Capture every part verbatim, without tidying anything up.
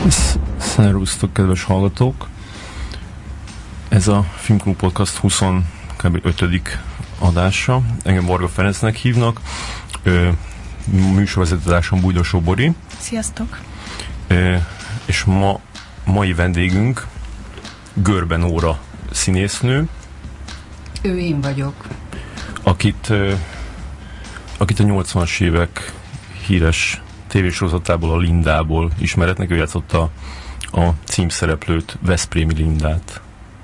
Szervusztok, kedves hallgatók! Ez a Filmklub Podcast huszonötödik adása. Engem Varga Ferencnek hívnak. Ö, műsorvezetőtársam Bújdosó Bori. Sziasztok! Ö, és ma mai vendégünk Görbe Nóra színésznő. Ő én vagyok. Akit, ö, akit a nyolcvanas évek híres tévésorozatából, a Lindából ismeretnek. Ő játszotta a címszereplőt, Veszprémi Lindát.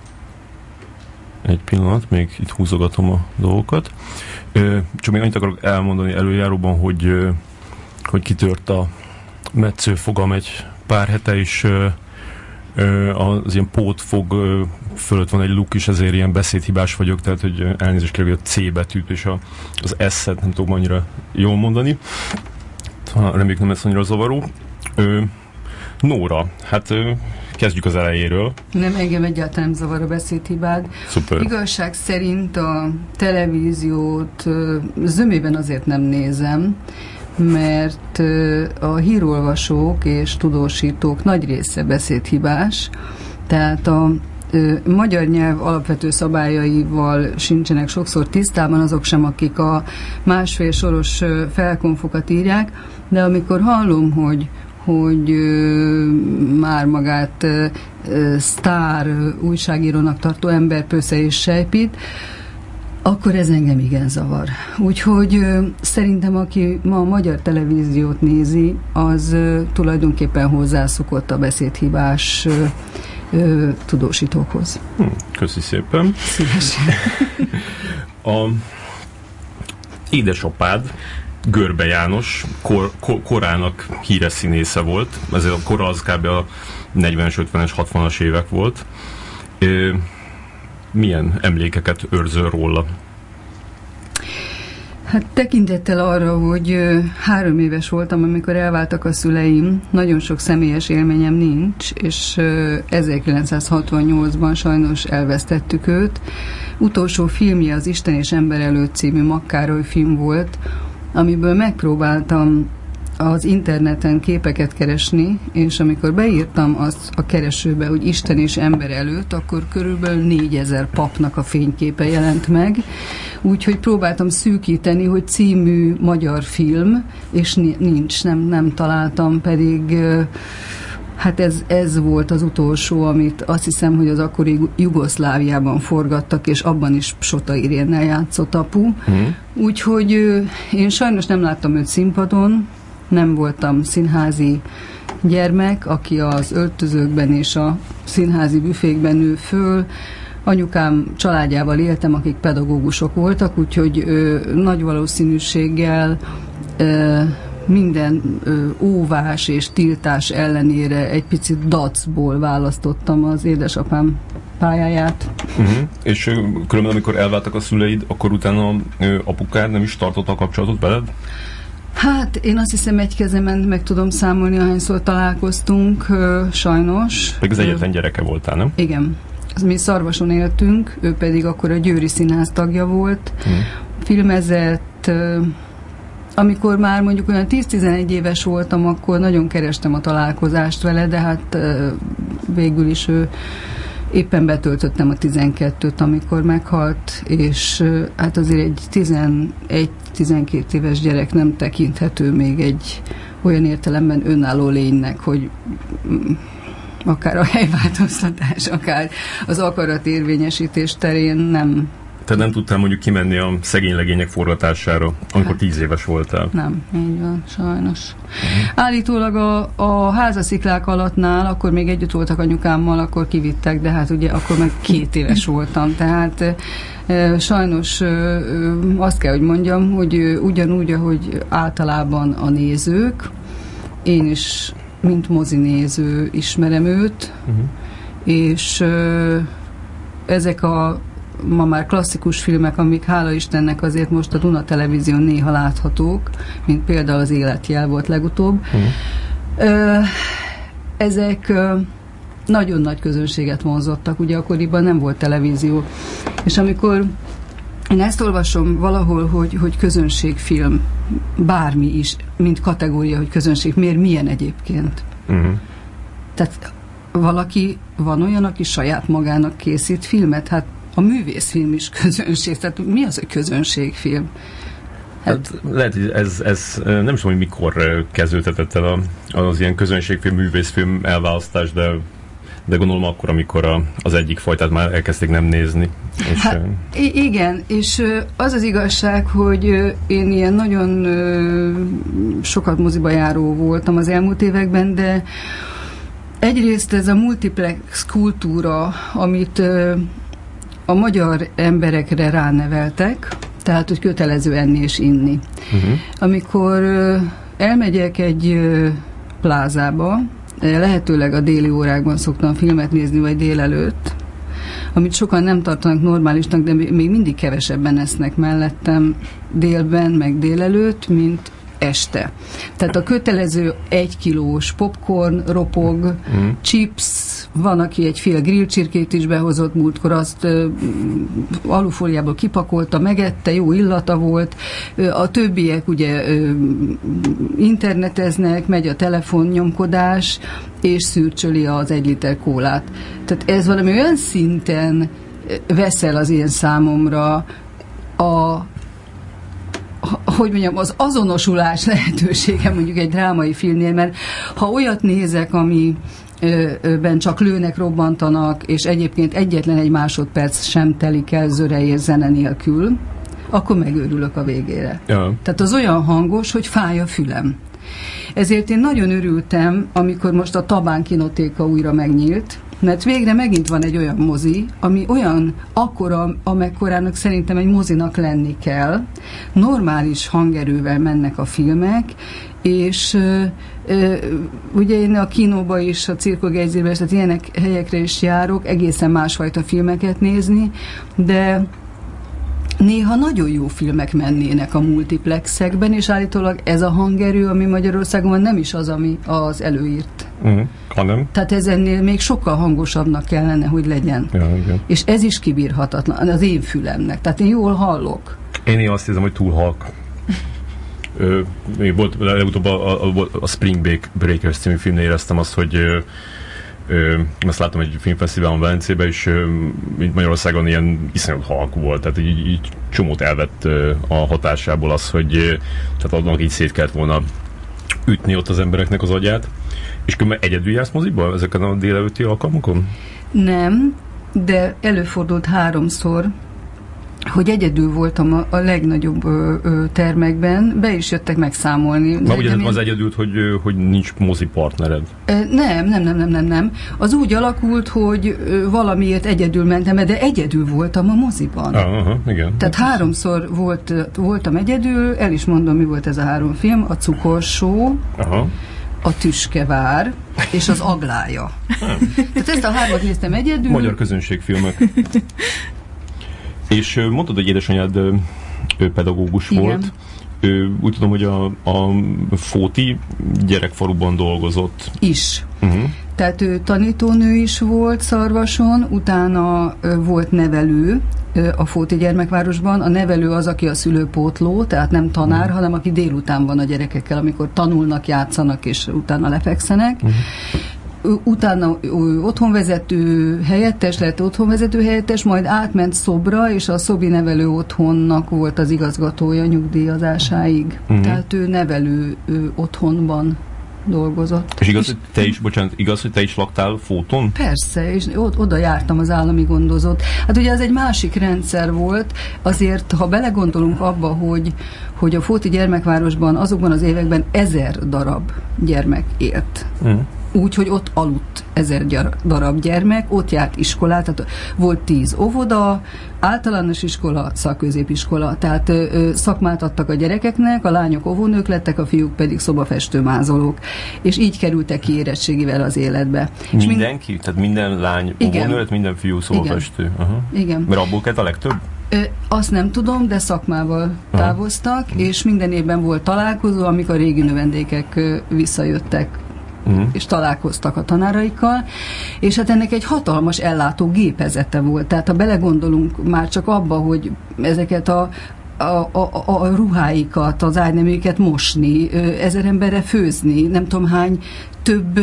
Egy pillanat, még itt húzogatom a dolgokat. Ö, csak még annyit akarok elmondani előjáróban, hogy, ö, hogy kitört a metszőfogam egy pár hete, és ö, ö, az ilyen pótfog ö, fölött van egy luk is, ezért ilyen beszédhibás vagyok, tehát hogy elnézést kérlek, hogy a C betűt és a, az S-et nem tudom annyira jól mondani. Reméljük nem lesz annyira zavaró. Ö, Nóra, hát ö, kezdjük az elejéről. Nem, engem egyáltalán nem zavar a beszédhibád. Szuper. Igazság szerint a televíziót ö, zömében azért nem nézem, mert ö, a hírolvasók és tudósítók nagy része beszédhibás, tehát a ö, magyar nyelv alapvető szabályaival sincsenek sokszor tisztában azok sem, akik a másfél soros ö, felkonfokat írják, de amikor hallom, hogy hogy ö, már magát ö, ö, sztár ö, újságírónak tartó ember pösze és sejpít, akkor ez engem igen zavar. Úgyhogy ö, szerintem, aki ma a magyar televíziót nézi, az ö, tulajdonképpen hozzászokott a beszédhibás ö, ö, tudósítókhoz. Hm, köszi szépen. Szívesen. A édesapád, Görbe János, kor, kor, korának híres színésze volt, ezért a kora az kb. A negyvenes, ötvenes, hatvanas évek volt. Ö, milyen emlékeket őrzöl róla? Hát tekintettel arra, hogy ö, három éves voltam, amikor elváltak a szüleim, nagyon sok személyes élményem nincs, és ö, ezerkilencszázhatvannyolcban sajnos elvesztettük őt. Utolsó filmje az Isten és ember előtt című Makkároly film volt, amiből megpróbáltam az interneten képeket keresni, és amikor beírtam azt a keresőbe, hogy Isten és ember előtt, akkor körülbelül négyezer papnak a fényképe jelent meg. Úgyhogy próbáltam szűkíteni, hogy című magyar film, és nincs, nem, nem találtam, pedig hát ez, ez volt az utolsó, amit azt hiszem, hogy az akkori Jugoszláviában forgattak, és abban is Sota Irénnel játszott apu. Mm. Úgyhogy én sajnos nem láttam őt színpadon, nem voltam színházi gyermek, aki az öltözőkben és a színházi büfékben nő föl. Anyukám családjával éltem, akik pedagógusok voltak, úgyhogy ö, nagy valószínűséggel ö, minden ö, óvás és tiltás ellenére egy picit dacból választottam az édesapám pályáját. Uh-huh. És ö, különben, amikor elváltak a szüleid, akkor utána ö, apukád nem is tartotta a kapcsolatot veled? Hát én azt hiszem, egy kezemen meg tudom számolni, ahányszor találkoztunk, ö, sajnos. Még az egyetlen gyereke voltál, nem? Igen. Mi Szarvason éltünk, ő pedig akkor a Győri Színház tagja volt. Uh-huh. Filmezett. Ö, Amikor már mondjuk olyan tíz-tizenegy éves voltam, akkor nagyon kerestem a találkozást vele, de hát végül is ő éppen betöltöttem a tizenkettőt, amikor meghalt, és hát azért egy tizenegy-tizenkét éves gyerek nem tekinthető még egy olyan értelemben önálló lénynek, hogy akár a helyváltoztatás, akár az akaratérvényesítés terén nem. Te nem tudtál mondjuk kimenni a szegény legények forgatására, amikor tíz éves voltál? Nem, így van, sajnos. Uh-huh. Állítólag a, a házasziklák alattnál, akkor még együtt voltak anyukámmal, akkor kivittek, de hát ugye akkor meg két éves voltam, tehát e, sajnos e, azt kell, hogy mondjam, hogy e, ugyanúgy, ahogy általában a nézők, én is, mint mozinéző ismerem őt, uh-huh. és e, ezek a ma már klasszikus filmek, amik hála Istennek azért most a Duna Televízión néha láthatók, mint például az Életjel volt legutóbb. Mm. Ezek nagyon nagy közönséget vonzottak, ugye akkoriban nem volt televízió. És amikor én ezt olvasom valahol, hogy, hogy közönségfilm, bármi is, mint kategória, hogy közönség, miért, milyen egyébként? Mm. Tehát valaki, van olyan, aki saját magának készít filmet? Hát a művészfilm is közönség. Tehát mi az, hogy közönségfilm? Hát, hát lehet, hogy ez, ez nem is tudom, hogy mikor kezdődhetett el az ilyen közönségfilm, művészfilm elválasztás, de de gondolom akkor, amikor a, az egyik fajtát már elkezdték nem nézni. És, hát, igen, és az az igazság, hogy én ilyen nagyon sokat moziba járó voltam az elmúlt években, de egyrészt ez a multiplex kultúra, amit a magyar emberekre ráneveltek, tehát, hogy kötelező enni és inni. Uh-huh. Amikor elmegyek egy plázába, lehetőleg a déli órákban szoktam filmet nézni, vagy délelőtt, amit sokan nem tartanak normálisnak, de még mindig kevesebben esznek mellettem délben, meg délelőtt, mint este. Tehát a kötelező egy kilós popcorn, ropog, mm. chips, van, aki egy fél grillcsirkét is behozott múltkor, azt uh, alufóliából kipakolta, megette, jó illata volt. Uh, a többiek ugye uh, interneteznek, megy a telefonnyomkodás, és szürcsöli az egy liter kólát. Tehát ez valami olyan szinten veszel az én számomra a hogy mondjam, az azonosulás lehetősége mondjuk egy drámai filmnél, mert ha olyat nézek, ami ben csak lőnek, robbantanak, és egyébként egyetlen egy másodperc sem telik el zöre és zene nélkül, akkor megőrülök a végére. Ja. Tehát az olyan hangos, hogy fáj a fülem. Ezért én nagyon örültem, amikor most a Tabán kinotéka újra megnyílt, mert végre megint van egy olyan mozi, ami olyan akkora, amekkorának szerintem egy mozinak lenni kell. Normális hangerővel mennek a filmek, és ö, ö, ugye én a kinóba is, a Cirkogelyzébe, tehát ilyenek helyekre is járok, egészen másfajta filmeket nézni, de néha nagyon jó filmek mennének a multiplexekben, és állítólag ez a hangerő, ami Magyarországon nem is az, ami az előírt. Uh-huh. Hanem? Tehát ez ennél még sokkal hangosabbnak kellene, hogy legyen. Ja, igen. És ez is kibírhatatlan az én fülemnek. Tehát én jól hallok. Én, én azt hiszem, hogy túl halk. Ö, még volt legutóbb a, a, a Spring Breakers című filmnél éreztem azt, hogy ö, ö, azt láttam egy filmfesztiválon Velencében, és ö, Magyarországon ilyen iszonyat halk volt, tehát így, így csomót elvett ö, a hatásából az, hogy ö, tehát annak így szét kellett volna ütni ott az embereknek az agyát. És különben egyedül jársz moziba ezeken a délelőtti alkalmokon? Nem, de előfordult háromszor, hogy egyedül voltam a, a legnagyobb ö, ö, termekben, be is jöttek megszámolni. Na, ugye én... az egyedült, hogy, hogy nincs mozi partnered? Nem, nem, nem, nem, nem, nem. Az úgy alakult, hogy valamiért egyedül mentem, de egyedül voltam a moziban. Ah, aha, igen. Tehát háromszor volt, voltam egyedül, el is mondom, mi volt ez a három film, a Cukorsó, aha, a Tüskevár és az Aglája. Tehát ezt a hármat néztem egyedül. Magyar közönségfilmek. És mondtad, hogy édesanyád ő pedagógus igen. volt. Ő, úgy tudom, hogy a, a Fóti gyerekfaluban dolgozott. Is. Uh-huh. Tehát ő tanítónő is volt Szarvason, utána volt nevelő a Fóti gyermekvárosban. A nevelő az, aki a szülőpótló, tehát nem tanár, uh-huh. hanem aki délután van a gyerekekkel, amikor tanulnak, játszanak, és utána lefekszenek. Uh-huh. Utána otthonvezető helyettes lett, otthonvezető helyettes, majd átment Szobra, és a Szobi nevelő otthonnak volt az igazgatója nyugdíjazásáig. Uh-huh. Tehát ő nevelő ő otthonban dolgozott. És igaz, hogy te is, bocsánat, igaz, hogy te is laktál Fóton? Persze, és oda jártam az állami gondozót. Hát ugye az egy másik rendszer volt, azért, ha belegondolunk abba, hogy, hogy a Fóti gyermekvárosban azokban az években ezer darab gyermek élt. Uh-huh. Úgy, hogy ott aludt ezer gyar, darab gyermek, ott járt iskolát, tehát volt tíz óvoda, általános iskola, szakközépiskola, tehát ö, ö, szakmát adtak a gyerekeknek, a lányok óvónők lettek, a fiúk pedig szobafestő mázolók, és így kerültek ki érettségivel az életbe. Mindenki? Mind... Tehát minden lány óvónő lett, minden fiú szobafestő? Igen. Aha. Igen. Mert abból kellett a legtöbb? Ö, azt nem tudom, de szakmával aha. távoztak, aha. és minden évben volt találkozó, amikor a régi növendékek ö, visszajöttek. Uh-huh. és találkoztak a tanáraikkal, és hát ennek egy hatalmas ellátó gépezete volt. Tehát ha belegondolunk már csak abba, hogy ezeket a A, a, a ruháikat, az ágyneműket mosni, ezer emberre főzni, nem tudom hány több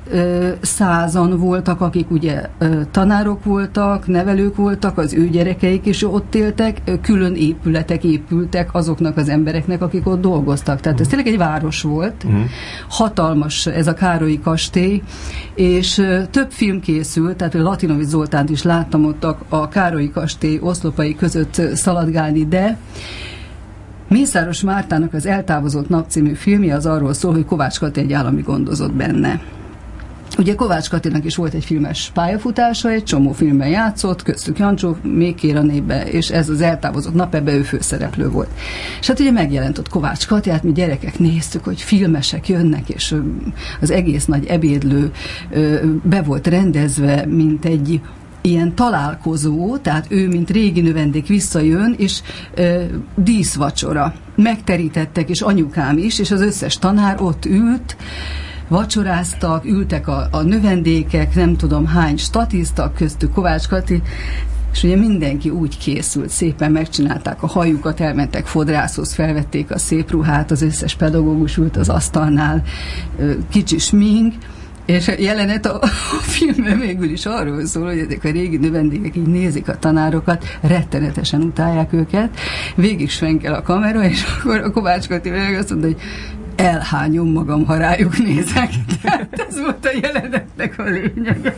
százan voltak, akik ugye tanárok voltak, nevelők voltak, az ő gyerekeik is ott éltek, külön épületek épültek azoknak az embereknek, akik ott dolgoztak. Tehát ez tényleg egy város volt. Uh-huh. Hatalmas ez a Károlyi kastély, és több film készült, tehát Latinovics Zoltánt is láttam ott a, a Károlyi kastély oszlopai között szaladgálni, de Mészáros Mártának az Eltávozott nap című filmje az arról szól, hogy Kovács Kati egy állami gondozott benne. Ugye Kovács Katinak is volt egy filmes pályafutása, egy csomó filmben játszott, köztük Jancsó, még Kér a népbe, és ez az Eltávozott nap, ebbe ő főszereplő volt. És hát ugye megjelent ott Kovács Kati, hát mi gyerekek néztük, hogy filmesek jönnek, és az egész nagy ebédlő be volt rendezve, mint egy ilyen találkozó, tehát ő, mint régi növendék visszajön, és e, díszvacsora. Megterítettek, és anyukám is, és az összes tanár ott ült, vacsoráztak, ültek a, a növendékek, nem tudom hány statisztak, köztük Kovács Kati, és ugye mindenki úgy készült, szépen megcsinálták a hajukat, elmentek fodrászhoz, felvették a szép ruhát, az összes pedagógus ült az asztalnál, kicsi smink, és a jelenet a, a filmben végül is arról szól, hogy ezek a régi növendékek így nézik a tanárokat, rettenetesen utálják őket, végig svenkel a kamera, és akkor a Kovács Kati meg azt mondta, hogy elhányom magam, ha rájuk nézek. Tehát ez volt a jelenetnek a lényege.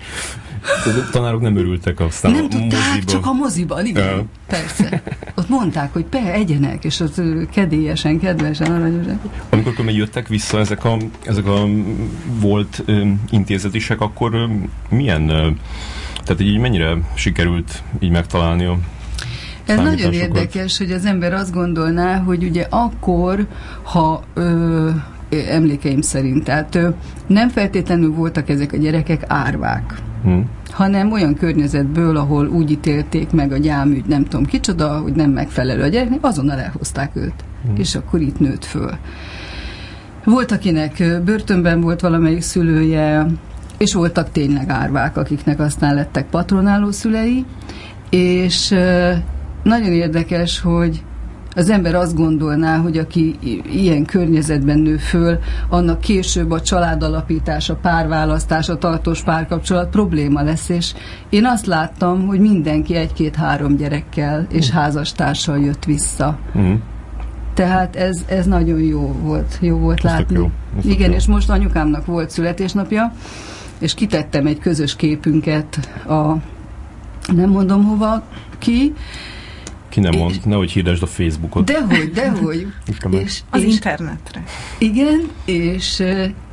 A tanárok nem örültek aztán nem a tudták, moziban. csak a moziban, igen. Ja. Persze. Ott mondták, hogy be, egyenek, és ott kedélyesen, kedvesen, aranyosan. Amikor akkor jöttek vissza ezek a, ezek a volt um, intézetisek, akkor um, milyen, uh, tehát így mennyire sikerült így megtalálni a Ez nagyon érdekes, hogy az ember azt gondolná, hogy ugye akkor, ha ö, emlékeim szerint, tehát ö, nem feltétlenül voltak ezek a gyerekek árvák, hmm. hanem olyan környezetből, ahol úgy ítélték meg a gyámügy, nem tudom kicsoda, hogy nem megfelelő a gyereknek, azonnal elhozták őt, hmm. és akkor itt nőtt föl. Volt, akinek börtönben volt valamelyik szülője, és voltak tényleg árvák, akiknek aztán lettek patronáló szülei, és ö, nagyon érdekes, hogy az ember azt gondolná, hogy aki ilyen környezetben nő föl, annak később a családalapítás, a párválasztás, a tartós párkapcsolat probléma lesz, és én azt láttam, hogy mindenki egy-két-három gyerekkel és házastársal jött vissza. Mm. Tehát ez, ez nagyon jó volt, jó volt ez látni. Jó. Igen, jó. És most anyukámnak volt születésnapja, és kitettem egy közös képünket a nem mondom hova ki, Ki nem mond, nehogy hirdesd a Facebookot. Dehogy, dehogy. és, az és, internetre. Igen, és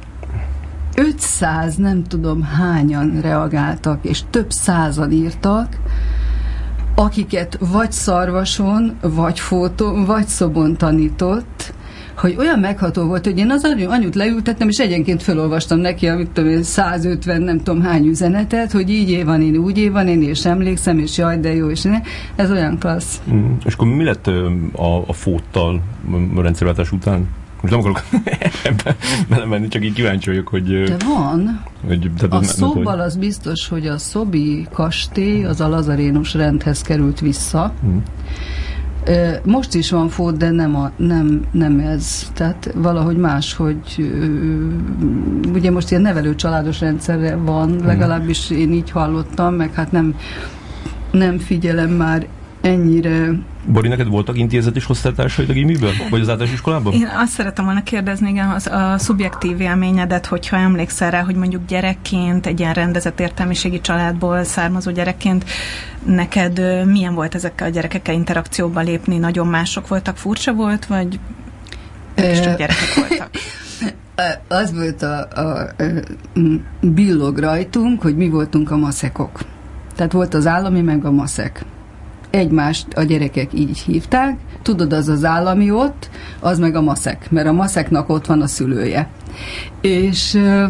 ötszáz nem tudom hányan reagáltak, és több százan írtak, akiket vagy szarvason, vagy fotón, vagy szobon tanított, hogy olyan megható volt, hogy én az anyut leültettem, és egyenként felolvastam neki, amit tudom, száz ötven nem tudom hány üzenetet, hogy így van én, úgy van én, és emlékszem, és jaj, de jó, és ez olyan klassz. Mm. És akkor mi lett a, a fóttal a rendszerváltás után? Most nem akarok ebbe belemenni, csak így kíváncsi vagyok, hogy... De van. Hogy, a nem, szóbbal hogy... az biztos, hogy a szobi kastély az a lazarénus rendhez került vissza. Mm. Most is van fót, de nem, a, nem, nem ez. Tehát valahogy máshogy ugye most ilyen nevelő családos rendszerre van, legalábbis én így hallottam, meg hát nem, nem figyelem már ennyire. Bori, neked voltak intézetes osztálytársaid a gimiből? Vagy az általános iskolában? Én azt szeretem volna kérdezni, igen, az, a szubjektív élményedet, hogyha emlékszel rá, hogy mondjuk gyerekként, egy ilyen rendezett értelmiségi családból származó gyerekként, neked milyen volt ezekkel a gyerekekkel interakcióba lépni? Nagyon mások voltak, furcsa volt, vagy és csak gyerekek voltak? Az volt a, a, a billog rajtunk, hogy mi voltunk a maszekok. Tehát volt az állami, meg a maszek. Egymást a gyerekek így hívták, tudod, az az állami ott, az meg a maszek, mert a maszeknak ott van a szülője. És ö,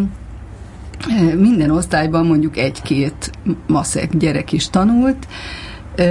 minden osztályban mondjuk egy-két maszek gyerek is tanult. Ö,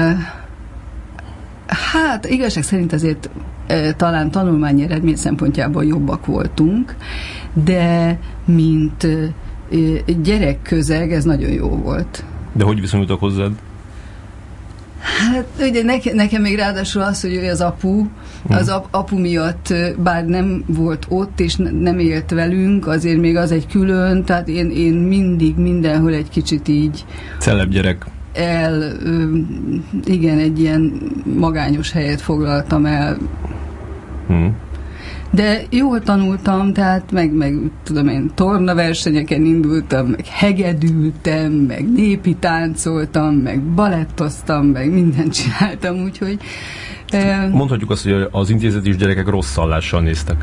hát igazság szerint azért ö, talán tanulmányi eredmény szempontjából jobbak voltunk, de mint ö, gyerekközeg ez nagyon jó volt. De hogy viszonyultak hozzád? Hát ugye nekem, nekem még ráadásul az, hogy ő az apu, az ap, apu miatt, bár nem volt ott, és nem élt velünk, azért még az egy külön, tehát én, én mindig mindenhol egy kicsit így... Celeb gyerek. El, igen, egy ilyen magányos helyet foglaltam el. Hmm. De jól tanultam, tehát meg, meg tudom én, tornaversenyeken indultam, meg hegedültem, meg népi táncoltam, meg balettoztam, meg mindent csináltam, úgyhogy... Mondhatjuk azt, hogy az intézetis gyerekek rossz szallással néztek.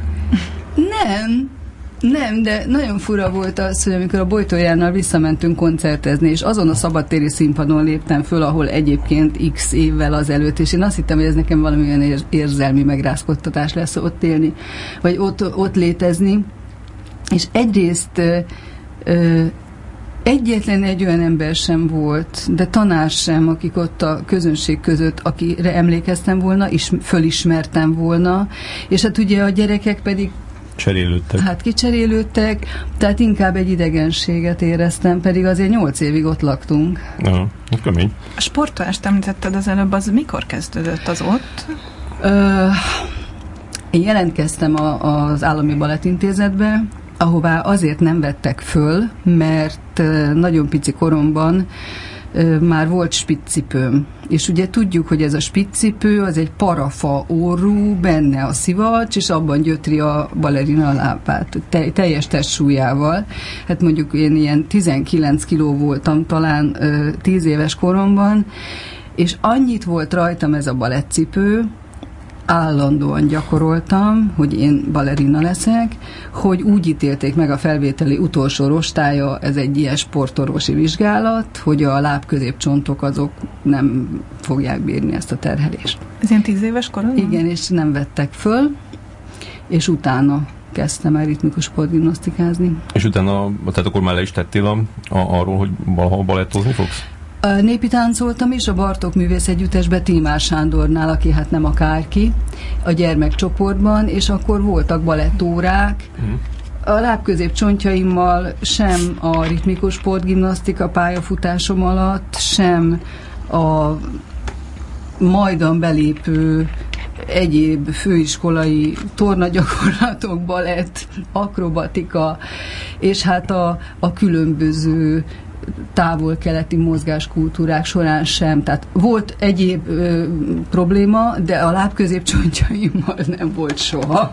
Nem, nem, de nagyon fura volt az, hogy amikor a Bojtójánnal visszamentünk koncertezni, és azon a szabadtéri színpadon léptem föl, ahol egyébként x évvel azelőtt, és én azt hittem, hogy ez nekem valamilyen ér- érzelmi megrázkodtatás lesz ott élni, vagy ott, ott létezni. És egyrészt ö, ö, egyetlen egy olyan ember sem volt, de tanár sem, akik ott a közönség között, akire emlékeztem volna, és fölismertem volna, és hát ugye a gyerekek pedig cserélődtek. Hát kicserélődtek, tehát inkább egy idegenséget éreztem, pedig azért nyolc évig ott laktunk. Aha, kemény. A sportolást említetted az előbb, az mikor kezdődött az ott? Ö, én jelentkeztem a, az Állami Balettintézetbe, ahová azért nem vettek föl, mert nagyon pici koromban már volt spiccipőm. És ugye tudjuk, hogy ez a spiccipő az egy parafa orrú, benne a szivacs, és abban gyötri a balerina a lábát, te, teljes testsúlyával. Hát mondjuk én ilyen tizenkilenc kiló voltam talán tíz éves koromban, és annyit volt rajtam ez a balettcipő, állandóan gyakoroltam, hogy én balerina leszek, hogy úgy ítélték meg a felvételi utolsó rostálya, ez egy ilyen sportorvosi vizsgálat, hogy a lábközépcsontok azok nem fogják bírni ezt a terhelést. Ez ilyen tíz éves koron? Igen, és nem vettek föl, és utána kezdtem el ritmikus sportgimnasztikázni. És utána, tehát akkor már le is tettél a, a, arról, hogy valaha balettozni fogsz? A népi táncoltam is a Bartók Művészegyüttesbe Tímár Sándornál, aki hát nem akárki, a gyermekcsoportban, és akkor voltak balettórák. Hmm. A lábközépcsontjaimmal sem a ritmikus sportgimnasztika pályafutásom alatt, sem a majdan belépő egyéb főiskolai tornagyakorlatok, balett, akrobatika, és hát a, a különböző távol-keleti mozgáskultúrák során sem. Tehát volt egyéb ö, probléma, de a lábközépcsontjaimmal nem volt soha.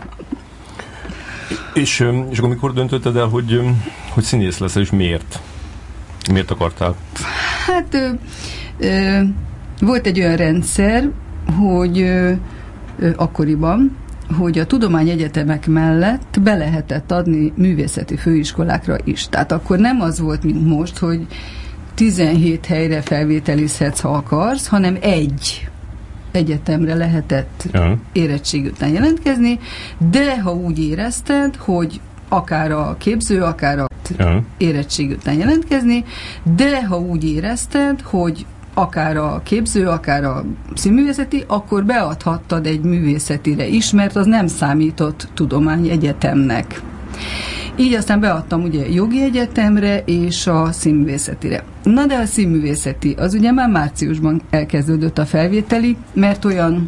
És, és akkor mikor döntötted el, hogy, hogy színész leszel, és miért? Miért akartál? Hát ö, ö, volt egy olyan rendszer, hogy ö, ö, akkoriban, hogy a tudományegyetemek mellett be lehetett adni művészeti főiskolákra is. Tehát akkor nem az volt, mint most, hogy tizenhét helyre felvételizhetsz, ha akarsz, hanem egy egyetemre lehetett ja. érettség után jelentkezni, de ha úgy érezted, hogy akár a képző, akár a ja. érettség után jelentkezni, de ha úgy érezted, hogy akár a képző, akár a színművészeti, akkor beadhattad egy művészetire is, mert az nem számított tudományegyetemnek. Így aztán beadtam ugye jogi egyetemre és a színművészetire. Na de a színművészeti, az ugye már márciusban elkezdődött a felvételi, mert olyan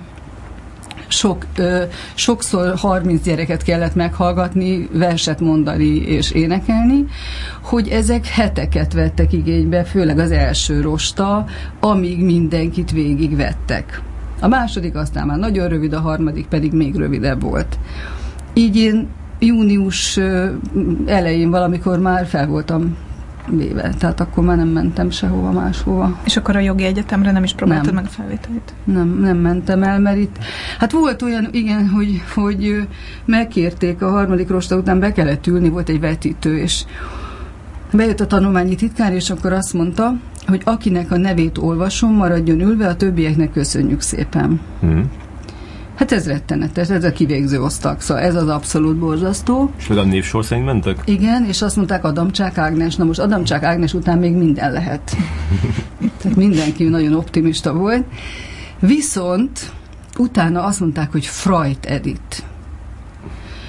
sok, ö, sokszor harminc gyereket kellett meghallgatni, verset mondani és énekelni, hogy ezek heteket vettek igénybe, főleg az első rosta, amíg mindenkit végigvettek. A második aztán már nagyon rövid, a harmadik pedig még rövidebb volt. Így én június elején valamikor már fel voltam véve, tehát akkor már nem mentem sehova máshova. És akkor a jogi egyetemre nem is próbáltad nem. meg a felvételit? Nem, nem mentem el, mert itt, hát volt olyan, igen, hogy, hogy megkérték a harmadik rosta után, be kellett ülni, volt egy vetítő, és bejött a tanulmányi titkár, és akkor azt mondta, hogy akinek a nevét olvasom, maradjon ülve, a többieknek köszönjük szépen. Hmm. Hát ez rettenetes, ez a kivégző osztag, szóval ez az abszolút borzasztó. És meg a névsor szerint mentek? Igen, és azt mondták Adamcsák Ágnes, na most Adamcsák Ágnes után még minden lehet. Tehát mindenki nagyon optimista volt. Viszont utána azt mondták, hogy Freud Edith.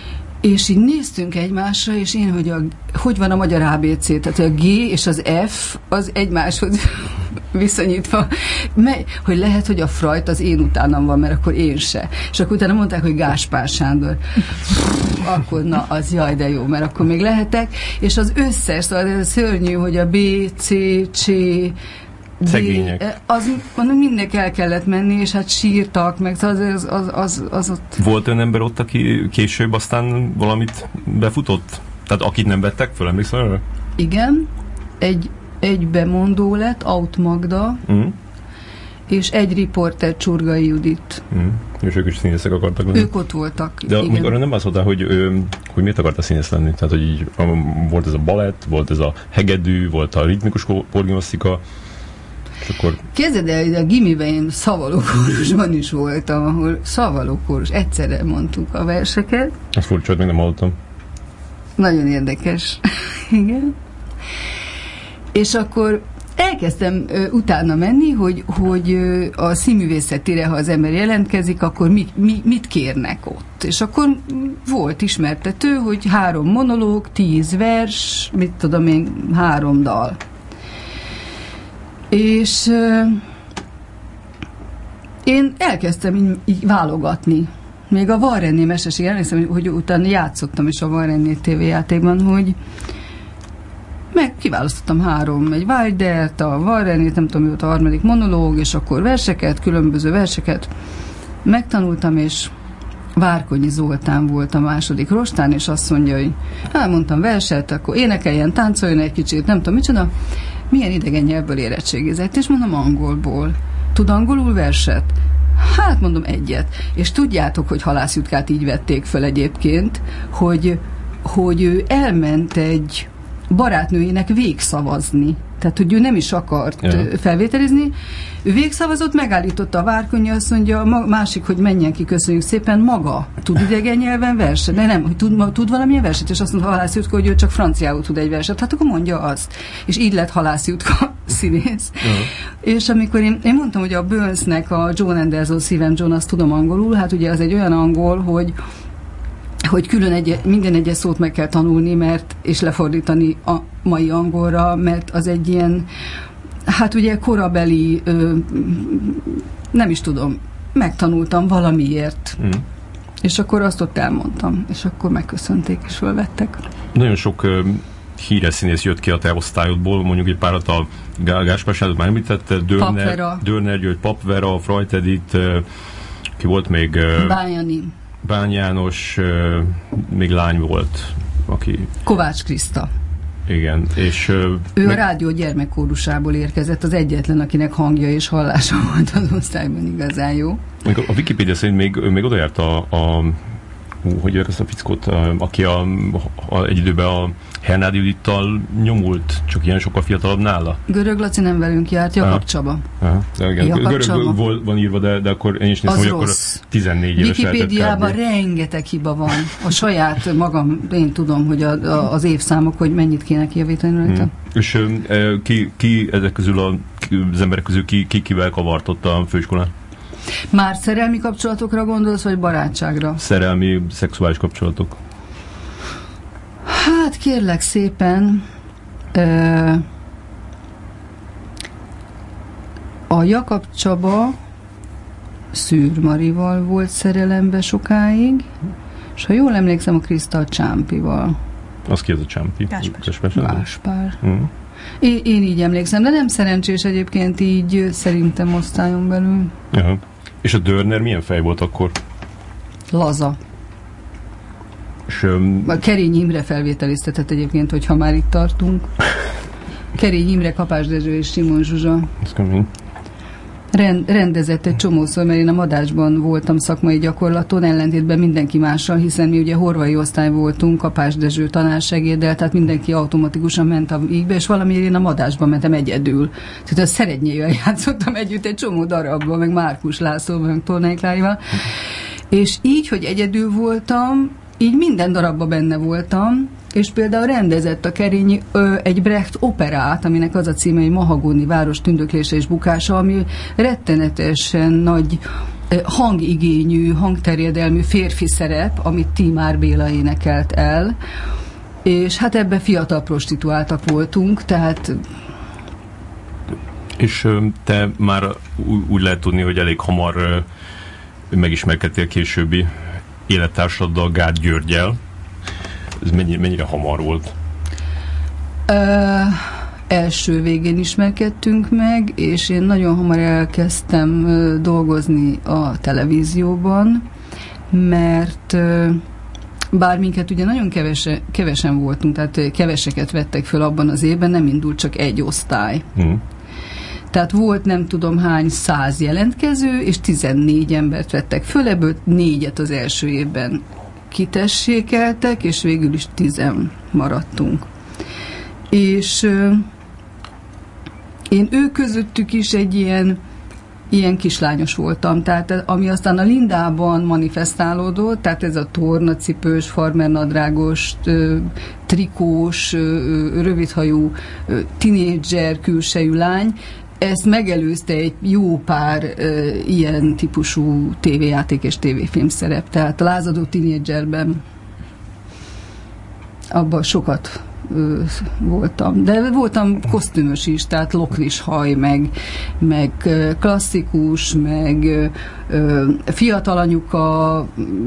És így néztünk egymásra, és én, hogy a, hogy van a magyar á bé cé, tehát a G és az F az egymáshoz viszonyítva, mely, hogy lehet, hogy a Freud az én utánam van, mert akkor én se. És akkor utána mondták, hogy Gáspár Sándor. Akkor na, az jaj, de jó, mert akkor még lehetek. És az összes, szóval ez szörnyű, hogy a B, C, C, szegények. Az, az mindenki el kellett menni, és hát sírtak, meg az, az, az, az, az ott... Volt olyan ember ott, aki később aztán valamit befutott? Tehát akit nem vettek föl, emlékszel erre? Igen, egy, egy bemondó lett, Aut Magda, mm. és egy riporter, Csurgai Judit. Mm. És ők is színészek akartak lenni? Ők ott voltak. De még arra nem válaszoltál, hogy, hogy miért akarta színész lenni? Tehát, hogy így, volt ez a balett, volt ez a hegedű, volt a ritmikus porgimnasztika. Akkor... Képzeld el, hogy a gimiben én szavalókórusban is voltam, ahol szavalókórus, egyszerre mondtuk a verseket. Azt furcsa, hogy még nem hallottam. Nagyon érdekes. Igen. És akkor elkezdtem ö, utána menni, hogy, hogy ö, a színművészetére, ha az ember jelentkezik, akkor mi, mi, mit kérnek ott. És akkor volt ismertető, hogy három monológ, tíz vers, mit tudom én, három dal. És euh, én elkezdtem így, így válogatni. Még a Varrenné meseség, emlékszem, hogy, hogy utána játszottam is a Varrenné tévéjátékban, hogy meg kiválasztottam három, egy Wildert, a Varrennét, nem tudom, mi volt a harmadik monológ, és akkor verseket, különböző verseket megtanultam, és Várkonyi Zoltán volt a második rostán, és azt mondja, hogy elmondtam verset, akkor énekeljen, táncoljon egy kicsit, nem tudom, micsoda. Milyen idegen nyelvből érettségizett? És mondom, angolból. Tud angolul verset? Hát mondom, egyet. És tudjátok, hogy Halász Jutkát így vették föl egyébként, hogy, hogy ő elment egy barátnőjének végszavazni. Tehát, hogy ő nem is akart ja. felvételizni. Ő végszavazott, megállította a Várkonyi, azt mondja, a másik, hogy menjen ki, köszönjük szépen, maga tud idegen nyelven verset, de nem, hogy tud, tud valamilyen verset, és azt mondta Halász Jutka, hogy ő csak franciául tud egy verset, hát akkor mondja azt. És így lett Halász Jutka színész. Uh-huh. És amikor én, én mondtam, hogy a Burnsnek a John Anderson, szívem John, azt tudom angolul, hát ugye az egy olyan angol, hogy hogy külön egy, minden egyes szót meg kell tanulni, mert, és lefordítani a mai angolra, mert az egy ilyen, hát ugye korabeli, ö, nem is tudom, megtanultam valamiért. Mm. És akkor azt ott elmondtam, és akkor megköszönték, és fölvettek. Nagyon sok ö, híres színész jött ki a te osztályodból, mondjuk egy párat a Gáspár Sándor már említette, Dörner, Dörner György, Papvera, Freud Edith, ö, ki volt még? Ö, Bányani. Bán János, uh, még lány volt, aki... Kovács Kriszta. Igen, és... Uh, ő meg... a rádió gyermekkórusából érkezett, az egyetlen, akinek hangja és hallása volt az osztályban igazán jó. A Wikipédia szerint még, még oda járt a... a hú, hogy jött ezt a fickót, a, aki a, a, egy időben a Hernádi Judittal nyomult, csak ilyen sokkal fiatalabb nála. Görög Laci nem velünk járt, Jakab Aha. Csaba. Aha. Igen. Jakab Görög Csaba. van írva, de, de akkor én is néztem, hogy akkor tizennégy éves lehetett. Wikipédiában rengeteg hiba van. A saját magam, én tudom, hogy a, a, az évszámok, hogy mennyit kéne kijavítani rajta. Hmm. És e, ki, ki ezek közül a, az emberek közül ki, ki kivel kavartott a főiskolán? Már szerelmi kapcsolatokra gondolsz, vagy barátságra? Szerelmi, szexuális kapcsolatok. Hát kérlek szépen, ö, a Jakab Csaba Szűr Marival volt szerelembe sokáig, és ha jól emlékszem, a Kriszta Csámpival. Az ki az a Csámpi? Gáspár. Gáspár. Mm. Én, én így emlékszem, de nem szerencsés egyébként így szerintem osztályon belül. Ja. És a Dörner milyen fej volt akkor? Laza. És, um... a Kerény Imre felvételiztetett egyébként, hogyha már itt tartunk. Kerény Imre, Kapás Dezső és Simon Zsuzsa. Ez kemény. Rend, rendezett egy csomószor, mert én a Madácsban voltam szakmai gyakorlaton, ellentétben mindenki mással, hiszen mi ugye horvai osztály voltunk, Kapás Dezső tanársegéddel, tehát mindenki automatikusan ment a ígbe, és valamiért én a Madácsban mentem egyedül. Tehát a Szerednyével játszottam együtt egy csomó darabban, meg Márkus Lászlóval, meg Tornai Klárival. És így, hogy egyedül voltam, így minden darabban benne voltam, és például rendezett a Kerényi ö, egy Brecht operát, aminek az a címe, hogy Mahagóni város tündöklése és bukása, ami rettenetesen nagy hangigényű, hangterjedelmű férfi szerep, amit Tímár Béla énekelt el, és hát ebben fiatal prostituáltak voltunk, tehát... És te már úgy lehet tudni, hogy elég hamar megismerkedtél későbbi élettársaddal, Gáth Györggyel. Ez mennyire, mennyire hamar volt? Uh, első végén ismerkedtünk meg, és én nagyon hamar elkezdtem uh, dolgozni a televízióban, mert uh, bár minket ugye nagyon kevese, kevesen voltunk, tehát keveseket vettek föl abban az évben, nem indult csak egy osztály. Mm. Tehát volt nem tudom hány száz jelentkező, és tizennégy embert vettek föl, ebből négyet az első évben kitessékeltek, és végül is tizen maradtunk. És euh, én ő közöttük is egy ilyen, ilyen kislányos voltam, tehát ami aztán a Lindában manifestálódott, tehát ez a tornacipős, farmernadrágos, euh, trikós, euh, rövidhajú, euh, tinédzser külsejű lány, ezt megelőzte egy jó pár uh, ilyen típusú tévéjáték és tévéfilm szerep. Tehát a Lázadó tínédzserben abban sokat uh, voltam. De voltam kosztümös is, tehát lokris haj, meg, meg uh, klasszikus, meg uh, fiatal anyuka,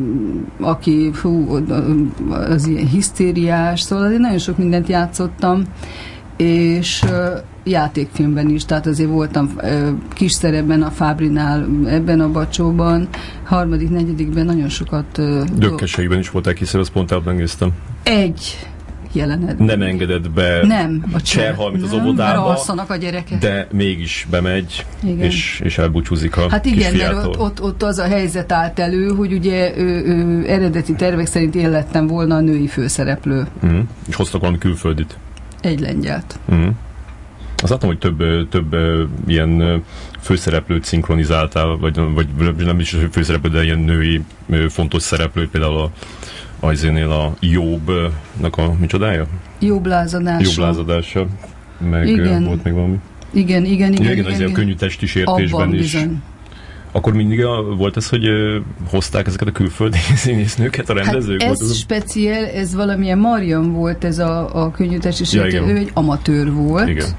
aki fú, az ilyen hisztériás, szóval azért nagyon sok mindent játszottam, és uh, játékfilmben is, tehát azért voltam uh, kis szerepben a Fábrinál, ebben a Bacsóban, harmadik, negyedikben nagyon sokat... Uh, Dökkeseiben is voltál kis szerep, azt pont elmegnéztem. Egy jelenetben. Nem engedett be nem, a Cserhal, mint az óvodába, a gyerekek. De mégis bemegy, és, és elbúcsúzik a Hát igen, kisfiától. mert ott, ott, ott az a helyzet állt elő, hogy ugye ő, ő, eredeti tervek szerint én lettem volna a női főszereplő. Mm. És hoztak valami külföldit. Egy lengyelt. Mm. Azt láttam, hogy több, több ilyen főszereplőt szinkronizáltál, vagy, vagy nem is főszereplő, de ilyen női fontos szereplő, például a Ajzénél a Jobb-nak a micsodája? Jobb lázadása. Jobb lázadása, meg igen. Volt még valami. Igen, igen, igen. Ja, igen, igen, az igen. ilyen könnyű testi sértésben is. Bizony. Akkor mindig a, volt ez, hogy hozták ezeket a külföldi színésznőket, a rendezők? Hát ez volt speciál, ez valamilyen Mariam volt, ez a, a könnyű testi sértés, ja, ő egy amatőr volt. Igen.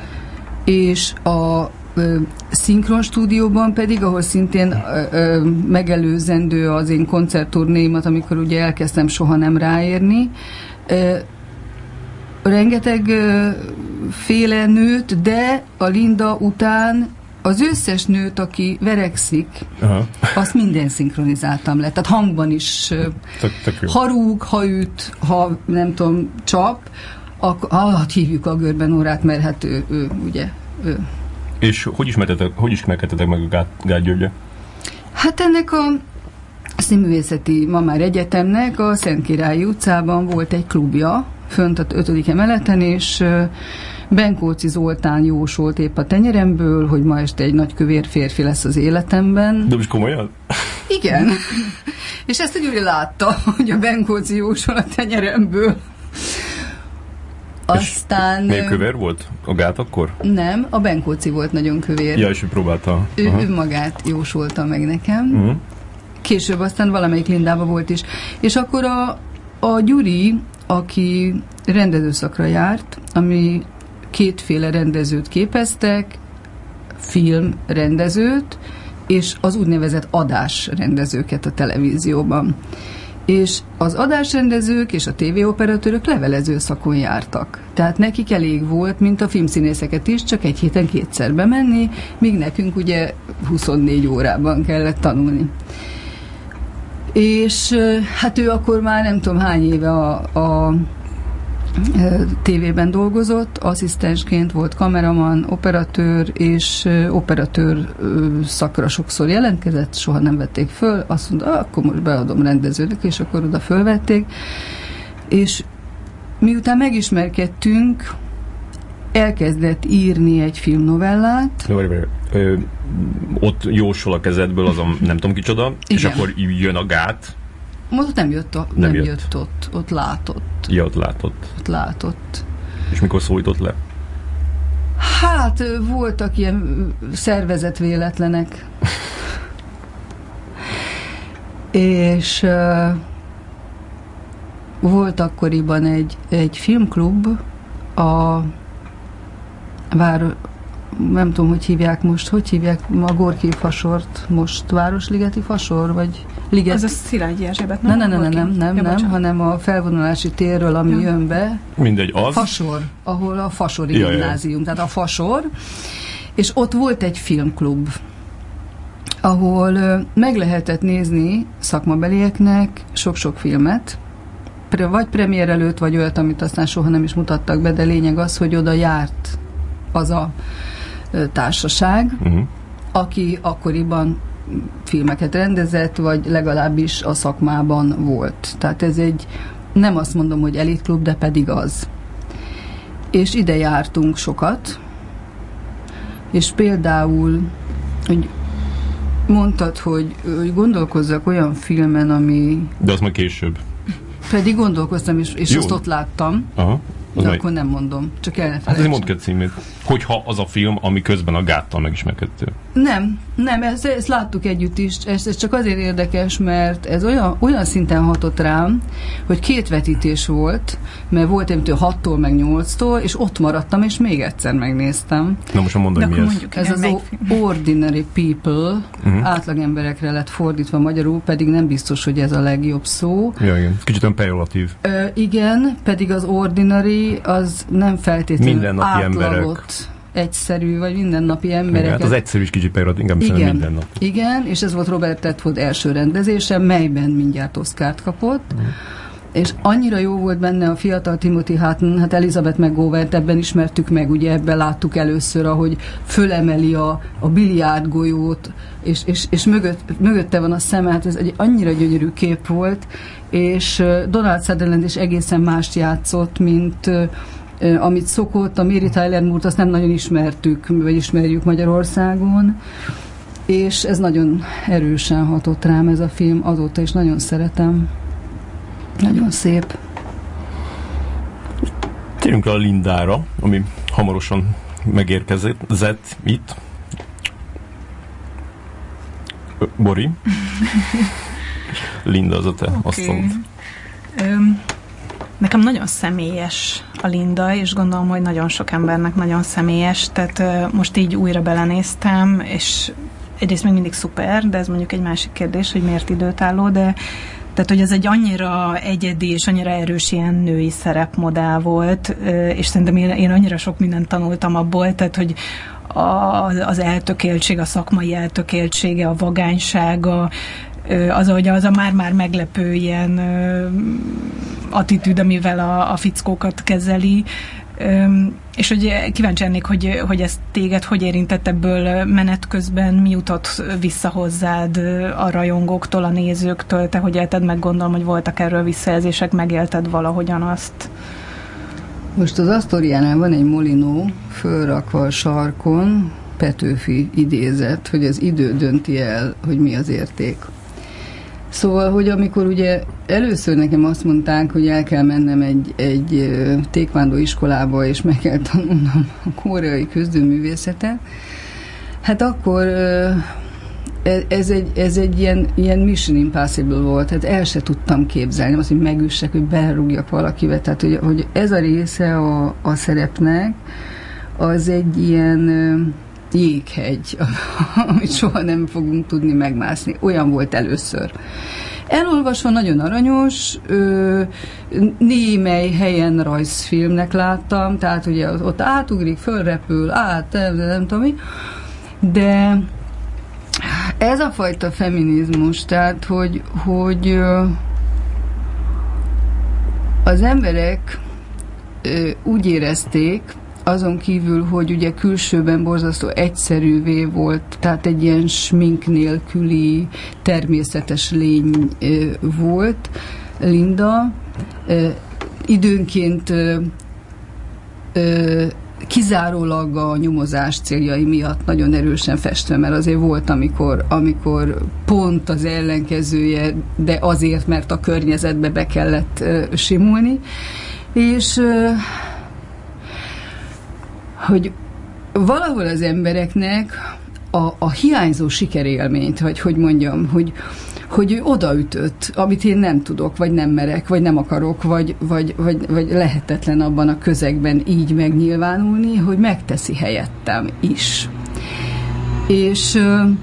És a ö, szinkron stúdióban pedig, ahol szintén ö, ö, megelőzendő az én koncertturnéimat, amikor ugye elkezdtem soha nem ráérni, ö, rengeteg ö, féle nőt, de a Linda után az összes nőt, aki verekszik, aha, azt minden szinkronizáltam le. Tehát hangban is tök, tök ha rúg, ha üt, ha nem tudom, csap, akkor ah, hívjuk a Görben órát, mert hát ő, ő ugye ő. És hogy ismertetek, hogy ismerkedtetek meg a Gáth, Gáth Györggyel? Hát ennek a Színművészeti ma már egyetemnek a Szentkirályi utcában volt egy klubja, fönt az ötödik emeleten, és Benkóczi Zoltán jósolt épp a tenyeremből, hogy ma este egy nagy kövér férfi lesz az életemben. De most komolyan? Igen. És ezt a Gyuri látta, hogy a Benkóczi jósol a tenyeremből. Aztán... Még kövér volt a Gáth akkor? Nem, a Benkóczi volt nagyon kövér. Ja, és ő próbálta. Ő, ő magát jósolta meg nekem. Uh-huh. Később aztán valamelyik Lindában volt is. És akkor a, a Gyuri, aki rendezőszakra járt, ami kétféle rendezőt képeztek, filmrendezőt, és az úgynevezett adásrendezőket a televízióban. És az adásrendezők és a tévéoperatőrök levelező szakon jártak. Tehát nekik elég volt, mint a filmszínészeket is, csak egy héten kétszer bemenni, míg nekünk ugye huszonnégy órában kellett tanulni. És hát ő akkor már nem tudom hány éve a, a tévében dolgozott, asszisztensként volt kameraman, operatőr, és operatőr szakra sokszor jelentkezett, soha nem vették föl, azt mondta, ah, akkor most beadom rendezőnek, és akkor oda fölvették. És miután megismerkedtünk, elkezdett írni egy filmnovellát. Várj, várj. Ö, ott jósol a kezedből az a nem tudom kicsoda, igen, és akkor jön a Gáth. Ott nem jött, a, nem, nem jött. jött ott, ott látott. Ja, ott látott. Ott látott. És mikor szólított le? Hát voltak ilyen szervezett véletlenek. És uh, volt akkoriban egy, egy filmklub, a vár, nem tudom, hogy hívják most, hogy hívják a Gorki fasort most, Városligeti fasor, vagy Liget? Az a Szilágyi Erzsébet, nem? Nem, nem, nem, nem, nem, ja, nem, hanem a felvonulási térről, ami ja. jön be. Mindegy, az. Fasor, ahol a Fasori ja, gimnázium, ja. tehát a Fasor, és ott volt egy filmklub, ahol uh, meg lehetett nézni szakmabelieknek sok-sok filmet, pre, vagy premier előtt, vagy olyat, amit aztán soha nem is mutattak be, de lényeg az, hogy oda járt az a uh, társaság, uh-huh. aki akkoriban filmeket rendezett, vagy legalábbis a szakmában volt. Tehát ez egy, nem azt mondom, hogy elitklub, de pedig az. És ide jártunk sokat, és például, hogy mondtad, hogy, hogy gondolkozzak olyan filmen, ami... De az majd később. Pedig gondolkoztam, és, és azt ott láttam. Aha. De majd... akkor nem mondom. Csak elfelejtsem. Hát ez mondd ki címét. Hogyha az a film, ami közben a gáttal megismerkedtél. Nem, nem, ezt, ezt láttuk együtt is. Ez, ez csak azért érdekes, mert ez olyan, olyan szinten hatott rám, hogy két vetítés volt, mert volt említő hattól meg nyolctól, és ott maradtam, és még egyszer megnéztem. Na most mondom, hogy mi ez. Ez az Ordinary People, uh-huh. átlagemberekre lett fordítva magyarul, pedig nem biztos, hogy ez a legjobb szó. Ja, igen. Kicsit olyan pejoratív. Ö, igen, pedig az ordinary az nem feltétlenül átlagot, emberek. Egyszerű, vagy mindennapi emberek. Hát az egyszerű is kicsit pejoratív, inkább igen, minden nap. Igen, és ez volt Robert Redford első rendezése, melyben mindjárt Oscart kapott, uh-huh. és annyira jó volt benne a fiatal Timothy Hutton, hát Elizabeth McGovert ebben ismertük meg, ugye ebben láttuk először, ahogy fölemeli a, a biliárdgolyót, és, és, és mögött, mögötte van a szeme, hát ez egy annyira gyönyörű kép volt, és Donald Sutherland is egészen mást játszott, mint uh, amit szokott, a Mary Tyler Moore-t azt nem nagyon ismertük, vagy ismerjük Magyarországon, és ez nagyon erősen hatott rám ez a film, azóta is nagyon szeretem. Nagyon szép. Térjünk rá a Lindára, ami hamarosan megérkezett itt. Bori. Linda az a te, okay. Azt mondd. Um, nekem nagyon személyes a Linda, és gondolom, hogy nagyon sok embernek nagyon személyes, tehát uh, most így újra belenéztem, és egyrészt még mindig szuper, de ez mondjuk egy másik kérdés, hogy miért időtálló, de tehát, hogy ez egy annyira egyedi és annyira erős ilyen női szerepmodell volt, és szerintem én, én annyira sok mindent tanultam abból, tehát, hogy a, az eltökéltség, a szakmai eltökéltsége, a vagánysága, az, hogy az a már-már meglepő ilyen attitűd, amivel a, a fickókat kezeli, és hogy kíváncsi lennék, hogy, hogy ez téged hogy érintett ebből menet közben, mi jutott vissza hozzád a rajongóktól, a nézőktől, te hogy élted meg, gondolom, hogy voltak erről visszajelzések, megélted valahogyan azt? Most az Asztoriánál van egy molinó fölrakva a sarkon, Petőfi idézet, hogy az idő dönti el, hogy mi az érték. Szóval, hogy amikor ugye először nekem azt mondták, hogy el kell mennem egy, egy taekwondo iskolába, és meg kell tanulnom a koreai küzdőművészetet, hát akkor ez egy, ez egy ilyen, ilyen Mission Impossible volt, tehát el se tudtam képzelni, azt, hogy megüssek, hogy berúgjak valakivel, tehát hogy, hogy ez a része a, a szerepnek, az egy ilyen jéghegy, amit soha nem fogunk tudni megmászni. Olyan volt először. Elolvasva nagyon aranyos, ö, némely helyen rajzfilmnek láttam, tehát ugye ott átugrik, fölrepül, át, nem, nem tudom mi, de ez a fajta feminizmus, tehát hogy, hogy ö, az emberek ö, úgy érezték, azon kívül, hogy ugye külsőben borzasztó egyszerűvé volt, tehát egy ilyen smink nélküli természetes lény ö, volt Linda. Ö, időnként ö, ö, kizárólag a nyomozás céljai miatt nagyon erősen festve, mert azért volt, amikor, amikor pont az ellenkezője, de azért, mert a környezetbe be kellett ö, simulni. És ö, hogy valahol az embereknek a, a hiányzó sikerélményt, vagy hogy mondjam, hogy, hogy ő odaütött, amit én nem tudok, vagy nem merek, vagy nem akarok, vagy, vagy, vagy, vagy lehetetlen abban a közegben így megnyilvánulni, hogy megteszi helyettem is. És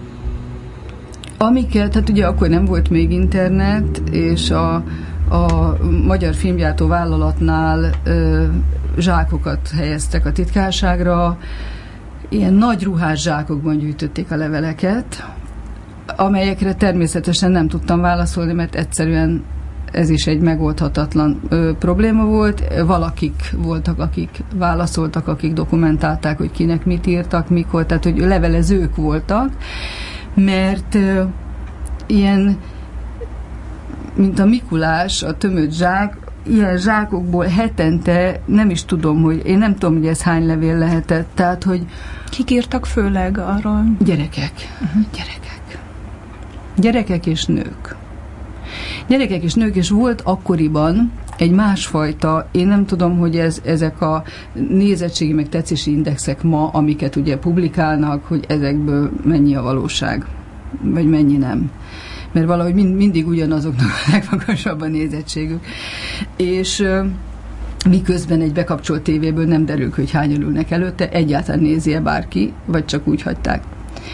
amiket, tehát ugye akkor nem volt még internet, és a, a Magyar Filmgyártó Vállalatnál ö, zsákokat helyeztek a titkárságra, ilyen nagy ruhás zsákokban gyűjtötték a leveleket, amelyekre természetesen nem tudtam válaszolni, mert egyszerűen ez is egy megoldhatatlan ö, probléma volt. Valakik voltak, akik válaszoltak, akik dokumentálták, hogy kinek mit írtak, mikor, tehát hogy levelezők voltak, mert ö, ilyen, mint a Mikulás, a tömött zsák, ilyen zsákokból hetente, nem is tudom, hogy én nem tudom, hogy ez hány levél lehetett, tehát, hogy kik írtak főleg arról? Gyerekek. Uh-huh. Gyerekek. Gyerekek és nők. Gyerekek és nők, és volt akkoriban egy másfajta, én nem tudom, hogy ez, ezek a nézettségi meg tetszési indexek ma, amiket ugye publikálnak, hogy ezekből mennyi a valóság, vagy mennyi nem. Mert valahogy mind, mindig ugyanazoknak a legmagasabb a nézettségük. És miközben egy bekapcsolt tévéből nem derül, hogy hányan ülnek előtte, egyáltalán nézi-e bárki, vagy csak úgy hagyták.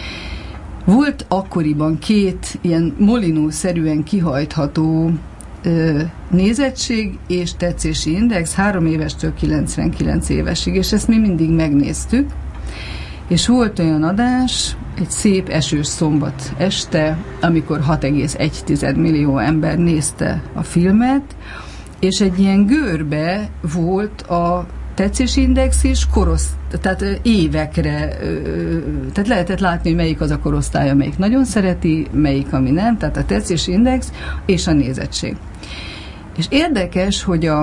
Volt akkoriban két ilyen molinó-szerűen kihajtható ö, nézettség és tetszési index három évestől kilencvenkilenc évesig, és ezt mi mindig megnéztük, és volt olyan adás, egy szép esős szombat este, amikor hat egész egy millió ember nézte a filmet, és egy ilyen görbe volt a tetszési index is, korosz, tehát évekre, tehát lehetett látni, hogy melyik az a korosztály, amelyik nagyon szereti, melyik, ami nem, tehát a tetszési index és a nézettség. És érdekes, hogy a,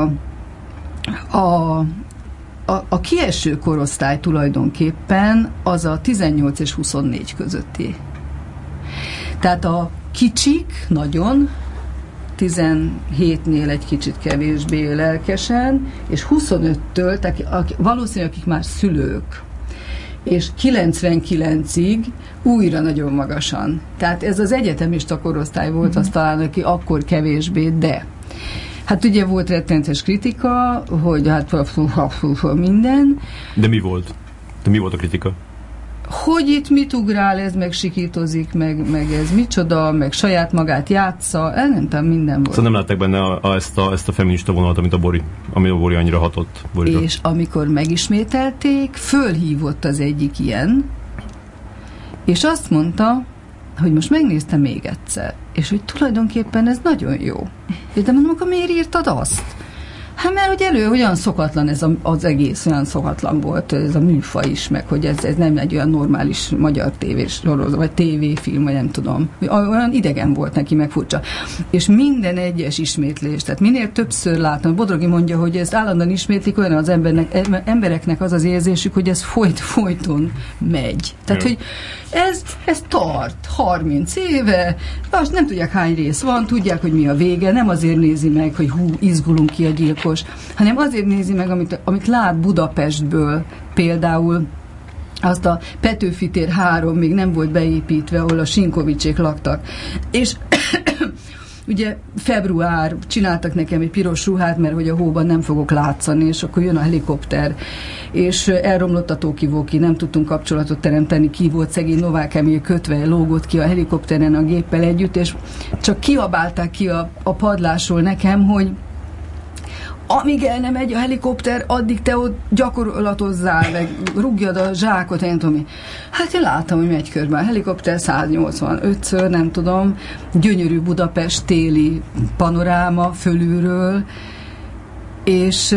a, a, a kieső korosztály tulajdonképpen az a tizennyolc és huszonnégy közötti. Tehát a kicsik nagyon, tizenhétnél egy kicsit kevésbé lelkesen, és huszonöttől, tehát valószínűleg akik már szülők, és kilencvenkilencig újra nagyon magasan. Tehát ez az egyetemista korosztály volt, mm-hmm. az talán, aki akkor kevésbé, de hát ugye volt rettenetes kritika, hogy hát minden. De mi volt? De mi volt a kritika? Hogy itt mit ugrál, ez meg sikítozik, meg, meg ez micsoda, meg saját magát játsza, el nem tudom, minden volt. Szóval nem látták benne a, a, ezt, a, ezt a feminista vonalat, amit a Bori, ami a Bori annyira hatott. Borira. És amikor megismételték, fölhívott az egyik ilyen, és azt mondta, hogy most megnézte még egyszer, és hogy tulajdonképpen ez nagyon jó. De mondom, akkor miért írtad azt? Hát mert hogy elő olyan szokatlan ez a, az egész, olyan szokatlan volt ez a műfaj is, meg hogy ez, ez nem egy olyan normális magyar tévés sorozat, vagy tévéfilm, vagy nem tudom. Olyan idegen volt neki, meg furcsa. És minden egyes ismétlés, tehát minél többször látom, Bodrogi mondja, hogy ezt állandóan ismétlik, olyan az embernek, embereknek az az érzésük, hogy ez folyt, folyton megy. Tehát, jó. hogy ez, ez tart harminc éve, azt nem tudják hány rész van, tudják, hogy mi a vége, nem azért nézi meg, hogy hú, izgulunk ki a gyilkos, hanem azért nézi meg, amit, amit lát Budapestből, például azt a Petőfi tér három még nem volt beépítve, ahol a Sinkovicsék laktak. És ugye február, csináltak nekem egy piros ruhát, mert hogy a hóban nem fogok látszani, és akkor jön a helikopter, és elromlott a Tóki-Vóki, nem tudtunk kapcsolatot teremteni, ki volt szegény Novák Emil kötve, lógott ki a helikopteren a géppel együtt, és csak kiabálták ki a, a padlásról nekem, hogy amíg el nem megy a helikopter, addig te ott gyakorlatozzál, meg rúgjad a zsákot, én tudom. Hát én láttam, hogy megy körben a helikopter, száznyolcvanötször, nem tudom, gyönyörű Budapest téli panoráma fölülről, és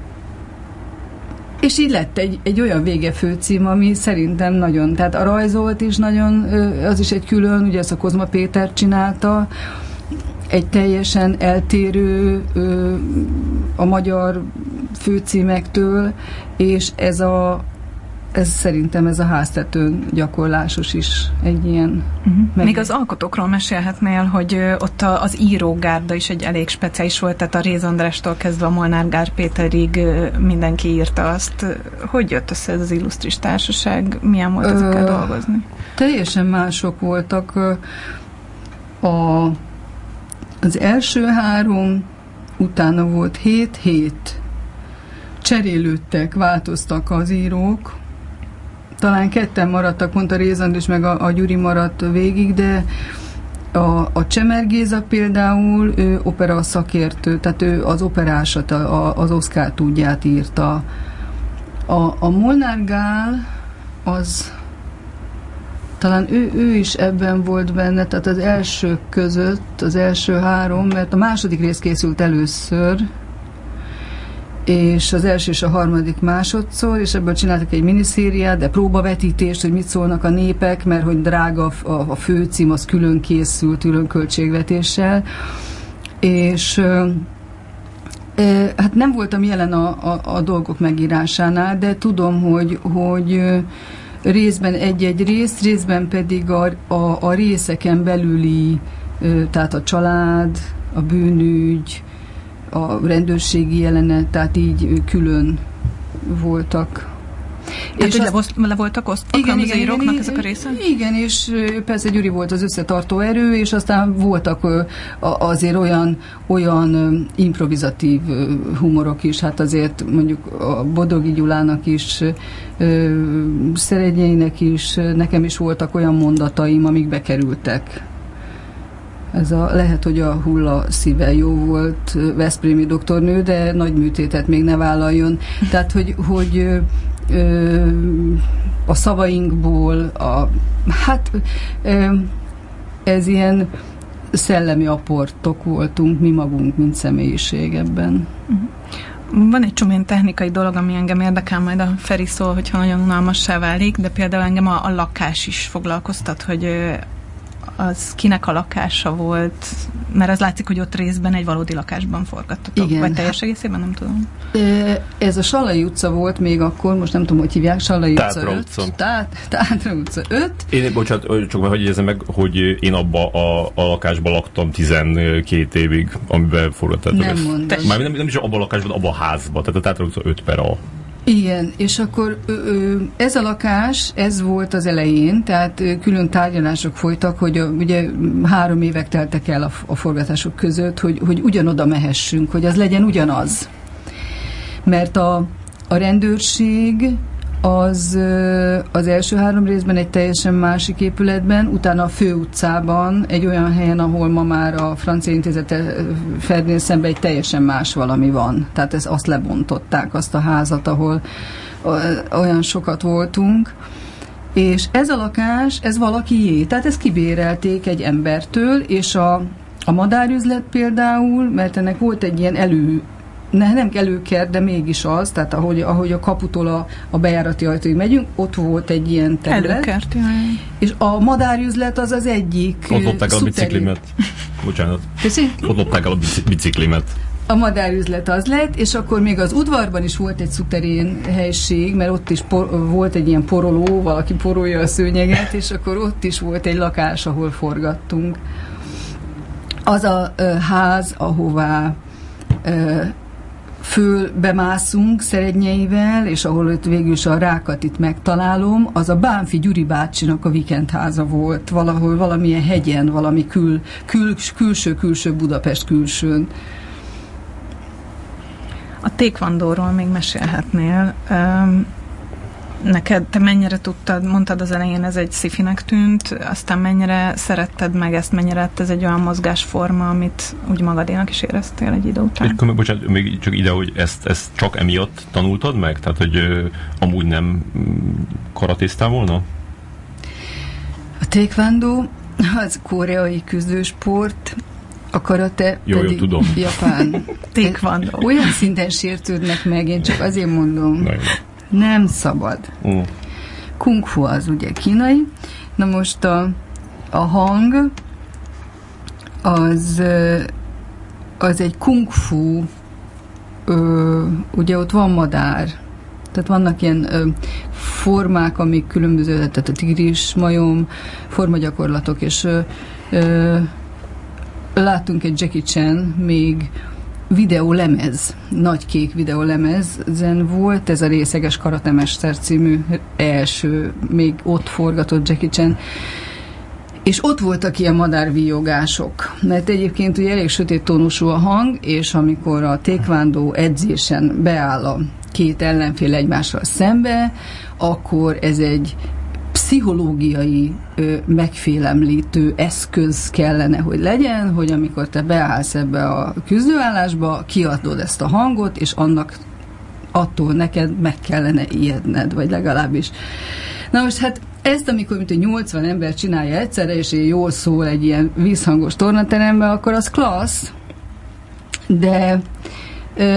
és így lett egy, egy olyan vége főcím, ami szerintem nagyon, tehát a rajzolt is nagyon, az is egy külön, ugye ezt a Kozma Péter csinálta, egy teljesen eltérő ö, a magyar főcímektől, és ez a ez szerintem ez a háztetőn gyakorlásos is egy ilyen. Uh-huh. Még az alkotókról mesélhetnél, hogy ö, ott a, az írógárda is egy elég speciális volt, tehát a Réz Andrástól kezdve a Molnár Gál Péterig ö, mindenki írta azt. Hogy jött össze ez az illusztris társaság? Milyen volt ezekkel dolgozni? Teljesen mások voltak. A, az első három, utána volt hét, hét. Cserélődtek, változtak az írók. Talán ketten maradtak, pont a Rézandis meg a, a Gyuri maradt végig, de a, a Csemer Géza például, ő opera szakértő, tehát ő az operásat, a, az Oszkár túdját írta. A, a Molnár Gál, az talán ő, ő is ebben volt benne, tehát az elsők között, az első három, mert a második rész készült először, és az első és a harmadik másodszor, és ebből csináltak egy miniszériát, de próbavetítést, hogy mit szólnak a népek, mert hogy drága a, a főcím, az külön készült, külön költségvetéssel, és e, hát nem voltam jelen a, a, a dolgok megírásánál, de tudom, hogy, hogy részben egy-egy rész, részben pedig a, a, a részeken belüli, tehát a család, a bűnügy, a rendőrségi jelenet, tehát így külön voltak. És le, azt, le voltak osztva igen, az igen, íróknak igen, ezek a részek? Igen, és persze Gyuri volt az összetartó erő, és aztán voltak azért olyan, olyan improvizatív humorok is, hát azért mondjuk a Bodogi Gyulának is, Szeregyeinek is, nekem is voltak olyan mondataim, amik bekerültek. Ez a, lehet, hogy a hulla szíve jó volt veszprémi doktornő, de nagy műtétet még ne vállaljon. Tehát, hogy, hogy ö, a szavainkból, a, hát ö, ez ilyen szellemi aportok voltunk mi magunk, mint személyiség ebben. Van egy csomó technikai dolog, ami engem érdekel, majd a Feri szól, hogyha nagyon unalmassá válik, de például engem a, a lakás is foglalkoztat, hogy az kinek a lakása volt, mert az látszik, hogy ott részben egy valódi lakásban forgattatok. Igen. Vagy teljes egészében, nem tudom. Ez a Sallai utca volt még akkor, most nem tudom, hogy hívják, Sallai Tátra utca utca. öt. Tátra utca öt. Én, bocsánat, csak hogy jegyezem meg, hogy én abba a, a lakásban laktam tizenkét évig, amiben forgattatok. Nem mondom. Már nem, nem is abban a lakásban, abban a házban, tehát a Tátra utca öt per A. Igen, és akkor ez a lakás, ez volt az elején, tehát külön tárgyalások folytak, hogy a, ugye három évek teltek el a, a forgatások között, hogy, hogy ugyanoda mehessünk, hogy az legyen ugyanaz. Mert a, a rendőrség az, az első három részben egy teljesen másik épületben, utána a főutcában, egy olyan helyen, ahol ma már a Francia Intézete Ferdinand szemben egy teljesen más valami van. Tehát ezt, azt lebontották, azt a házat, ahol olyan sokat voltunk. És ez a lakás, ez valakié, tehát ezt kibérelték egy embertől, és a, a madárüzlet például, mert ennek volt egy ilyen elő Ne, nem előkert, de mégis az, tehát ahogy, ahogy a kaputól a, a bejárati ajtóig megyünk, ott volt egy ilyen terület. Előkert, jaj. És a madárüzlet az az egyik ott lopták el a biciklimet. Bocsánat. Köszi? Ott lopták el a biciklimet. A madárüzlet az lett, és akkor még az udvarban is volt egy szuterén helység, mert ott is por, volt egy ilyen poroló, valaki porolja a szőnyeget, és akkor ott is volt egy lakás, ahol forgattunk. Az a ö, ház, ahová ö, föl bemászunk Szerednyeivel, és ahol itt végül is a rákat itt megtalálom, az a Bánfi Gyuri bácsinak a vikendháza volt, valahol valamilyen hegyen, valami kül, kül, külső-külső Budapest külsőn. A taekwondóról még mesélhetnél. Um, neked, te mennyire tudtad, mondtad az elején, ez egy szifinek tűnt, aztán mennyire szeretted meg ezt, mennyire lett ez egy olyan mozgásforma, amit úgy magadénak is éreztél egy idő után? És, bocsánat, még csak ide, hogy ezt, ezt csak emiatt tanultad meg? Tehát, hogy ö, amúgy nem karatéztál volna? A taekwondo az koreai küzdősport, a karate jó, pedig jó, tudom. japán. Taekwondo. Olyan szinten sértődnek meg, én csak azért mondom. Na, nem szabad. Mm. Kung fu az ugye kínai. Na most a, a hang az, az egy kung fu, ö, ugye ott van madár. Tehát vannak ilyen ö, formák, amik különböző, tehát a tigris, majom, formagyakorlatok, és ö, ö, láttunk egy Jackie Chan még videólemez, nagy kék videólemezen volt ez a Részeges Karatemester című első, még ott forgatott Jackie Chan, És ott voltak ilyen madárvíjogások, mert egyébként ugye elég sötét tónusú a hang, és amikor a taekwondo edzésen beáll a két ellenfél egymással szembe, akkor ez egy pszichológiai ö, megfélemlítő eszköz kellene, hogy legyen, hogy amikor te beállsz ebbe a küzdőállásba, kiadod ezt a hangot, és annak attól neked meg kellene ijedned, vagy legalábbis. Na most hát ezt, amikor mint nyolcvan ember csinálja egyszerre, és jól szól egy ilyen vízhangos tornateremben, akkor az klassz, de ö,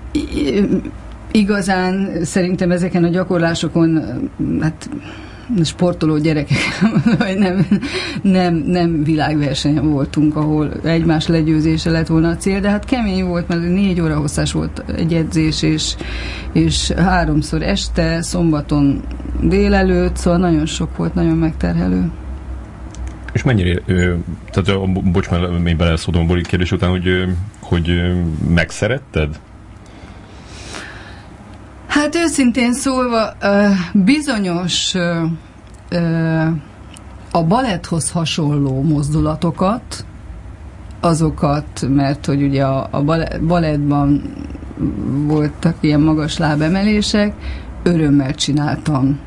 igazán szerintem ezeken a gyakorlásokon hát sportoló gyerekek, vagy nem, nem, nem világversenyen voltunk, ahol egymás legyőzése lett volna a cél, de hát kemény volt, mert négy óra hosszás volt egy edzés, és, és háromszor este, szombaton délelőtt, szóval nagyon sok volt, nagyon megterhelő. És mennyire, tehát bocs, mert még beleszóltam a Bori kérdés után, hogy, hogy megszeretted? Hát őszintén szólva, bizonyos a baletthoz hasonló mozdulatokat, azokat, mert hogy ugye a, a balettban voltak ilyen magas lábemelések, örömmel csináltam.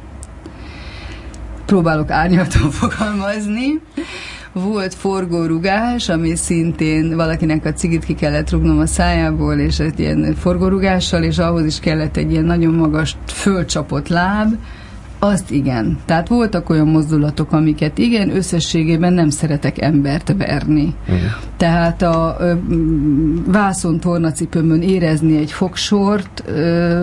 Próbálok árnyaltan fogalmazni. Volt forgórugás, ami szintén valakinek a cigit ki kellett rugnom a szájából, és egy ilyen forgórugással, és ahhoz is kellett egy ilyen nagyon magas, fölcsapott láb. Azt igen. Tehát voltak olyan mozdulatok, amiket igen, összességében nem szeretek embert verni. Uh-huh. Tehát a ö, vászon tornacipőmön érezni egy fogsort, ö,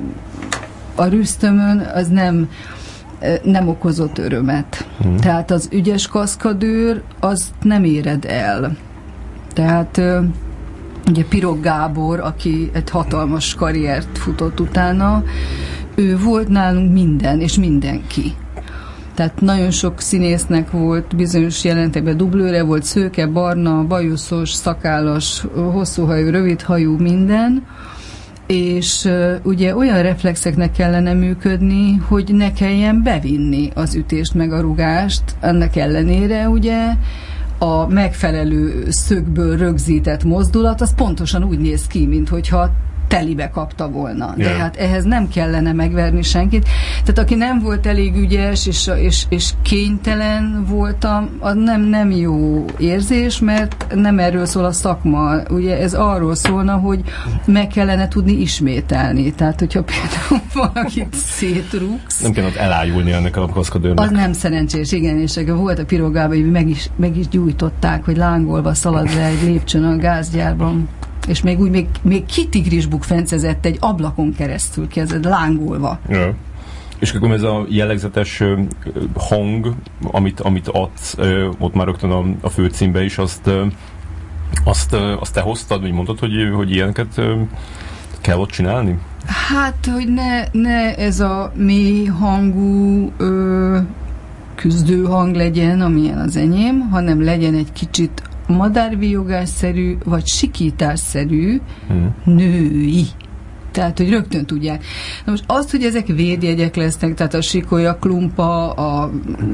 a rüsztömön, az nem nem okozott örömet. Hmm. Tehát az ügyes kaszkadőr, azt nem éred el. Tehát ugye Pirog Gábor, aki egy hatalmas karriert futott utána, ő volt nálunk minden, és mindenki. Tehát nagyon sok színésznek volt bizonyos jelentekben dublőre, volt szőke, barna, bajuszos, szakállas, hosszúhajú, rövidhajú, minden, és uh, ugye olyan reflexeknek kellene működni, hogy ne kelljen bevinni az ütést meg a rugást, ennek ellenére ugye a megfelelő szögből rögzített mozdulat, az pontosan úgy néz ki, mint hogyha telibe kapta volna. De yeah. hát ehhez nem kellene megverni senkit. Tehát aki nem volt elég ügyes, és, és, és kénytelen voltam, az nem, nem jó érzés, mert nem erről szól a szakma. Ugye ez arról szólna, hogy meg kellene tudni ismételni. Tehát, hogyha például valakit szétrugsz. Nem kellene elájulni ennek a kaszkadőrnek. Az nem szerencsés, igen, és volt a Pirogában, hogy meg is, meg is gyújtották, hogy lángolva szalad le egy lépcsőn a gázgyárban. És még úgy, még, még kitigrisbuk fencezett egy ablakon keresztül kezdett lángolva. Ja. És akkor ez a jellegzetes uh, hang, amit, amit adsz, uh, ott már rögtön a, a főcímbe is, azt, uh, azt, uh, azt te hoztad, vagy mondtad, hogy, hogy ilyeneket uh, kell ott csinálni? Hát, hogy ne, ne ez a mély hangú uh, küzdőhang legyen, amilyen az enyém, hanem legyen egy kicsit madárvíjogásszerű, vagy sikításszerű hmm. női. Tehát, hogy rögtön tudják. Na most azt, hogy ezek védjegyek lesznek, tehát a sikolya klumpa, a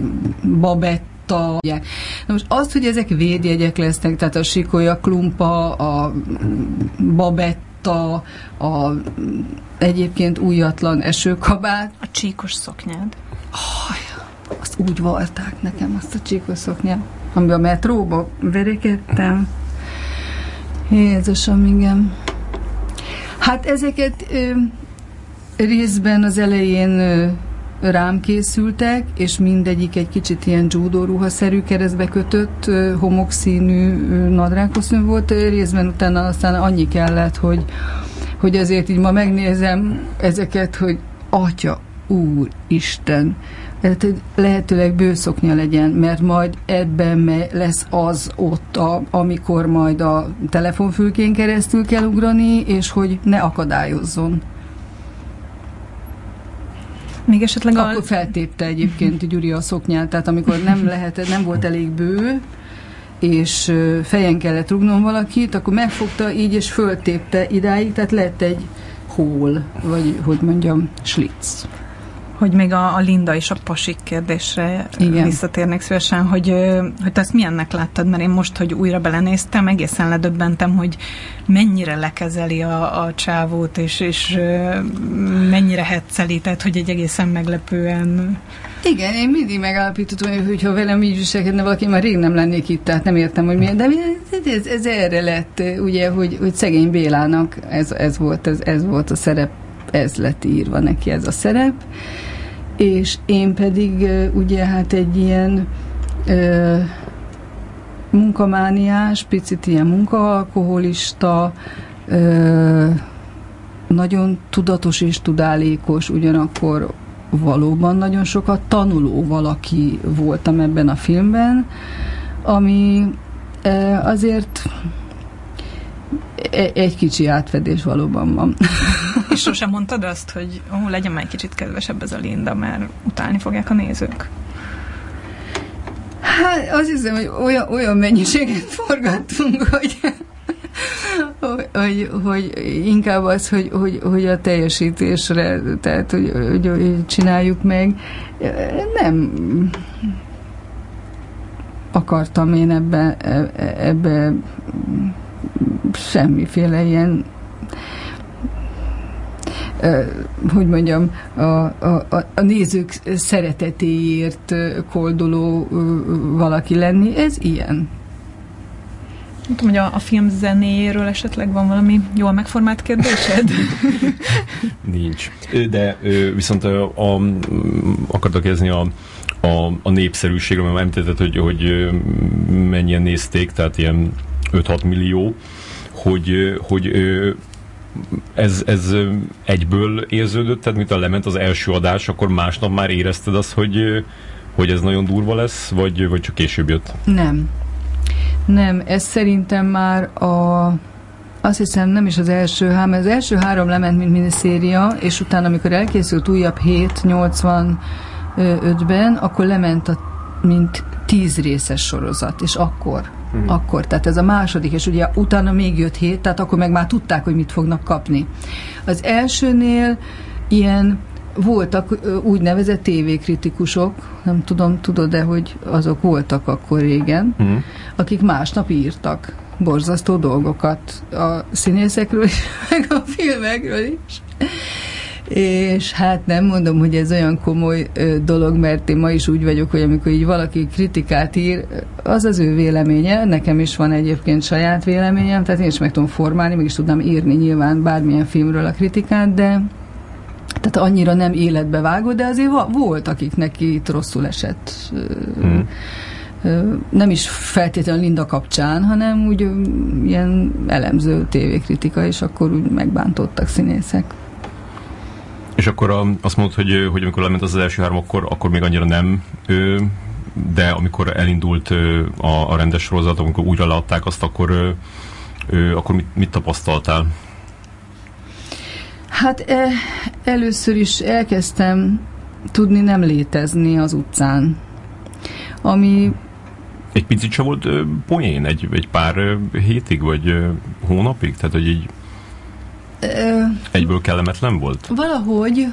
babetta. Na most azt, hogy ezek védjegyek lesznek, tehát a sikolya klumpa, a babetta, a egyébként újatlan esőkabát. A csíkos szoknyád. Oh, azt úgy valták nekem, azt a csíkos szoknyát, amiben a metróba verekedtem. Jézusom, igen. Hát ezeket ö, részben az elején ö, rám készültek, és mindegyik egy kicsit ilyen judó ruhaszerű keresztbe kötött, ö, homokszínű ö, nadrágkosztüm volt, ö, részben utána aztán annyi kellett, hogy, hogy azért így ma megnézem ezeket, hogy Atya, Úristen, lehetőleg bőszoknya legyen, mert majd ebben lesz az ott, a, amikor majd a telefonfülkén keresztül kell ugrani, és hogy ne akadályozzon. Még esetleg Akkor a... feltépte egyébként Gyuri a szoknyát, tehát amikor nem lehet, nem volt elég bő, és fejen kellett rugnom valakit, akkor megfogta így, és föltépte idáig, tehát lett egy hól, vagy hogy mondjam, slitz. Hogy még a, a Linda és a pasik kérdésre Igen. visszatérnék szívesen, hogy, hogy te ezt milyennek láttad, mert én most, hogy újra belenéztem, egészen ledöbbentem, hogy mennyire lekezeli a, a csávót, és, és mennyire hecceli, tehát hogy egy egészen meglepően... Igen, én mindig megállapítottam, hogy ha velem így viselkedne valaki, már rég nem lennék itt, tehát nem értem, hogy milyen, de ez, ez erre lett, ugye, hogy, hogy szegény Bélának ez, ez, volt, ez, ez volt a szerep, ez lett írva neki ez a szerep, és én pedig ugye hát egy ilyen ö, munkamániás, picit ilyen munkaalkoholista, ö, nagyon tudatos és tudálékos, ugyanakkor valóban nagyon sokat tanuló valaki voltam ebben a filmben, ami ö, azért egy kicsi átfedés valóban van. És sosem mondtad azt, hogy ó, legyen már egy kicsit kedvesebb ez a Linda, mert utálni fogják a nézők? Hát azt hiszem, hogy olyan, olyan mennyiséget forgattunk, hogy, hogy, hogy inkább az, hogy, hogy, hogy a teljesítésre, tehát hogy, hogy, hogy csináljuk meg. Nem akartam én ebbe, ebbe semmiféle ilyen hogy mondjam, a, a, a nézők szeretetéért kolduló valaki lenni, ez ilyen. Nem tudom, hogy a, a film zenéjéről esetleg van valami jól megformált kérdésed? Nincs. De viszont a, a, akartak kérdezni a, a, a népszerűségről, mert említetted, hogy, hogy mennyien nézték, tehát ilyen öt-hat millió, hogy, hogy Ez, ez egyből érződött, tehát mint a lement az első adás, akkor másnap már érezted azt, hogy, hogy ez nagyon durva lesz, vagy, vagy csak később jött? Nem. Nem, ez szerintem már a azt hiszem nem is az első három, az első három lement, mint miniszéria, és utána, amikor elkészült újabb hét nyolcvanötben, akkor lement a, mint tíz részes sorozat, és akkor Hmm. akkor, tehát ez a második, és ugye utána még jött hét, tehát akkor meg már tudták, hogy mit fognak kapni. Az elsőnél ilyen voltak úgynevezett tévékritikusok, nem tudom, tudod-e, hogy azok voltak akkor régen, hmm. akik másnap írtak borzasztó dolgokat a színészekről is, meg a filmekről is. És hát nem mondom, hogy ez olyan komoly ö, dolog, mert én ma is úgy vagyok, hogy amikor így valaki kritikát ír, az az ő véleménye, nekem is van egyébként saját véleményem, tehát én is meg tudom formálni, meg is tudnám írni nyilván bármilyen filmről a kritikát, de tehát annyira nem életbe vágó, de azért volt, akiknek itt rosszul esett. Hmm. Nem is feltétlenül Linda kapcsán, hanem úgy ilyen elemző tévékritika, és akkor úgy megbántottak színészek. És akkor a, azt mondod, hogy, hogy amikor lement az, az első három, akkor, akkor még annyira nem, de amikor elindult a, a rendes sorozat, amikor újra leadták azt, akkor, akkor mit, mit tapasztaltál? Hát először is elkezdtem tudni nem létezni az utcán. Ami... Egy picit sem volt poén? Egy, egy pár hétig, vagy hónapig? Tehát, hogy így egyből kellemetlen volt? Valahogy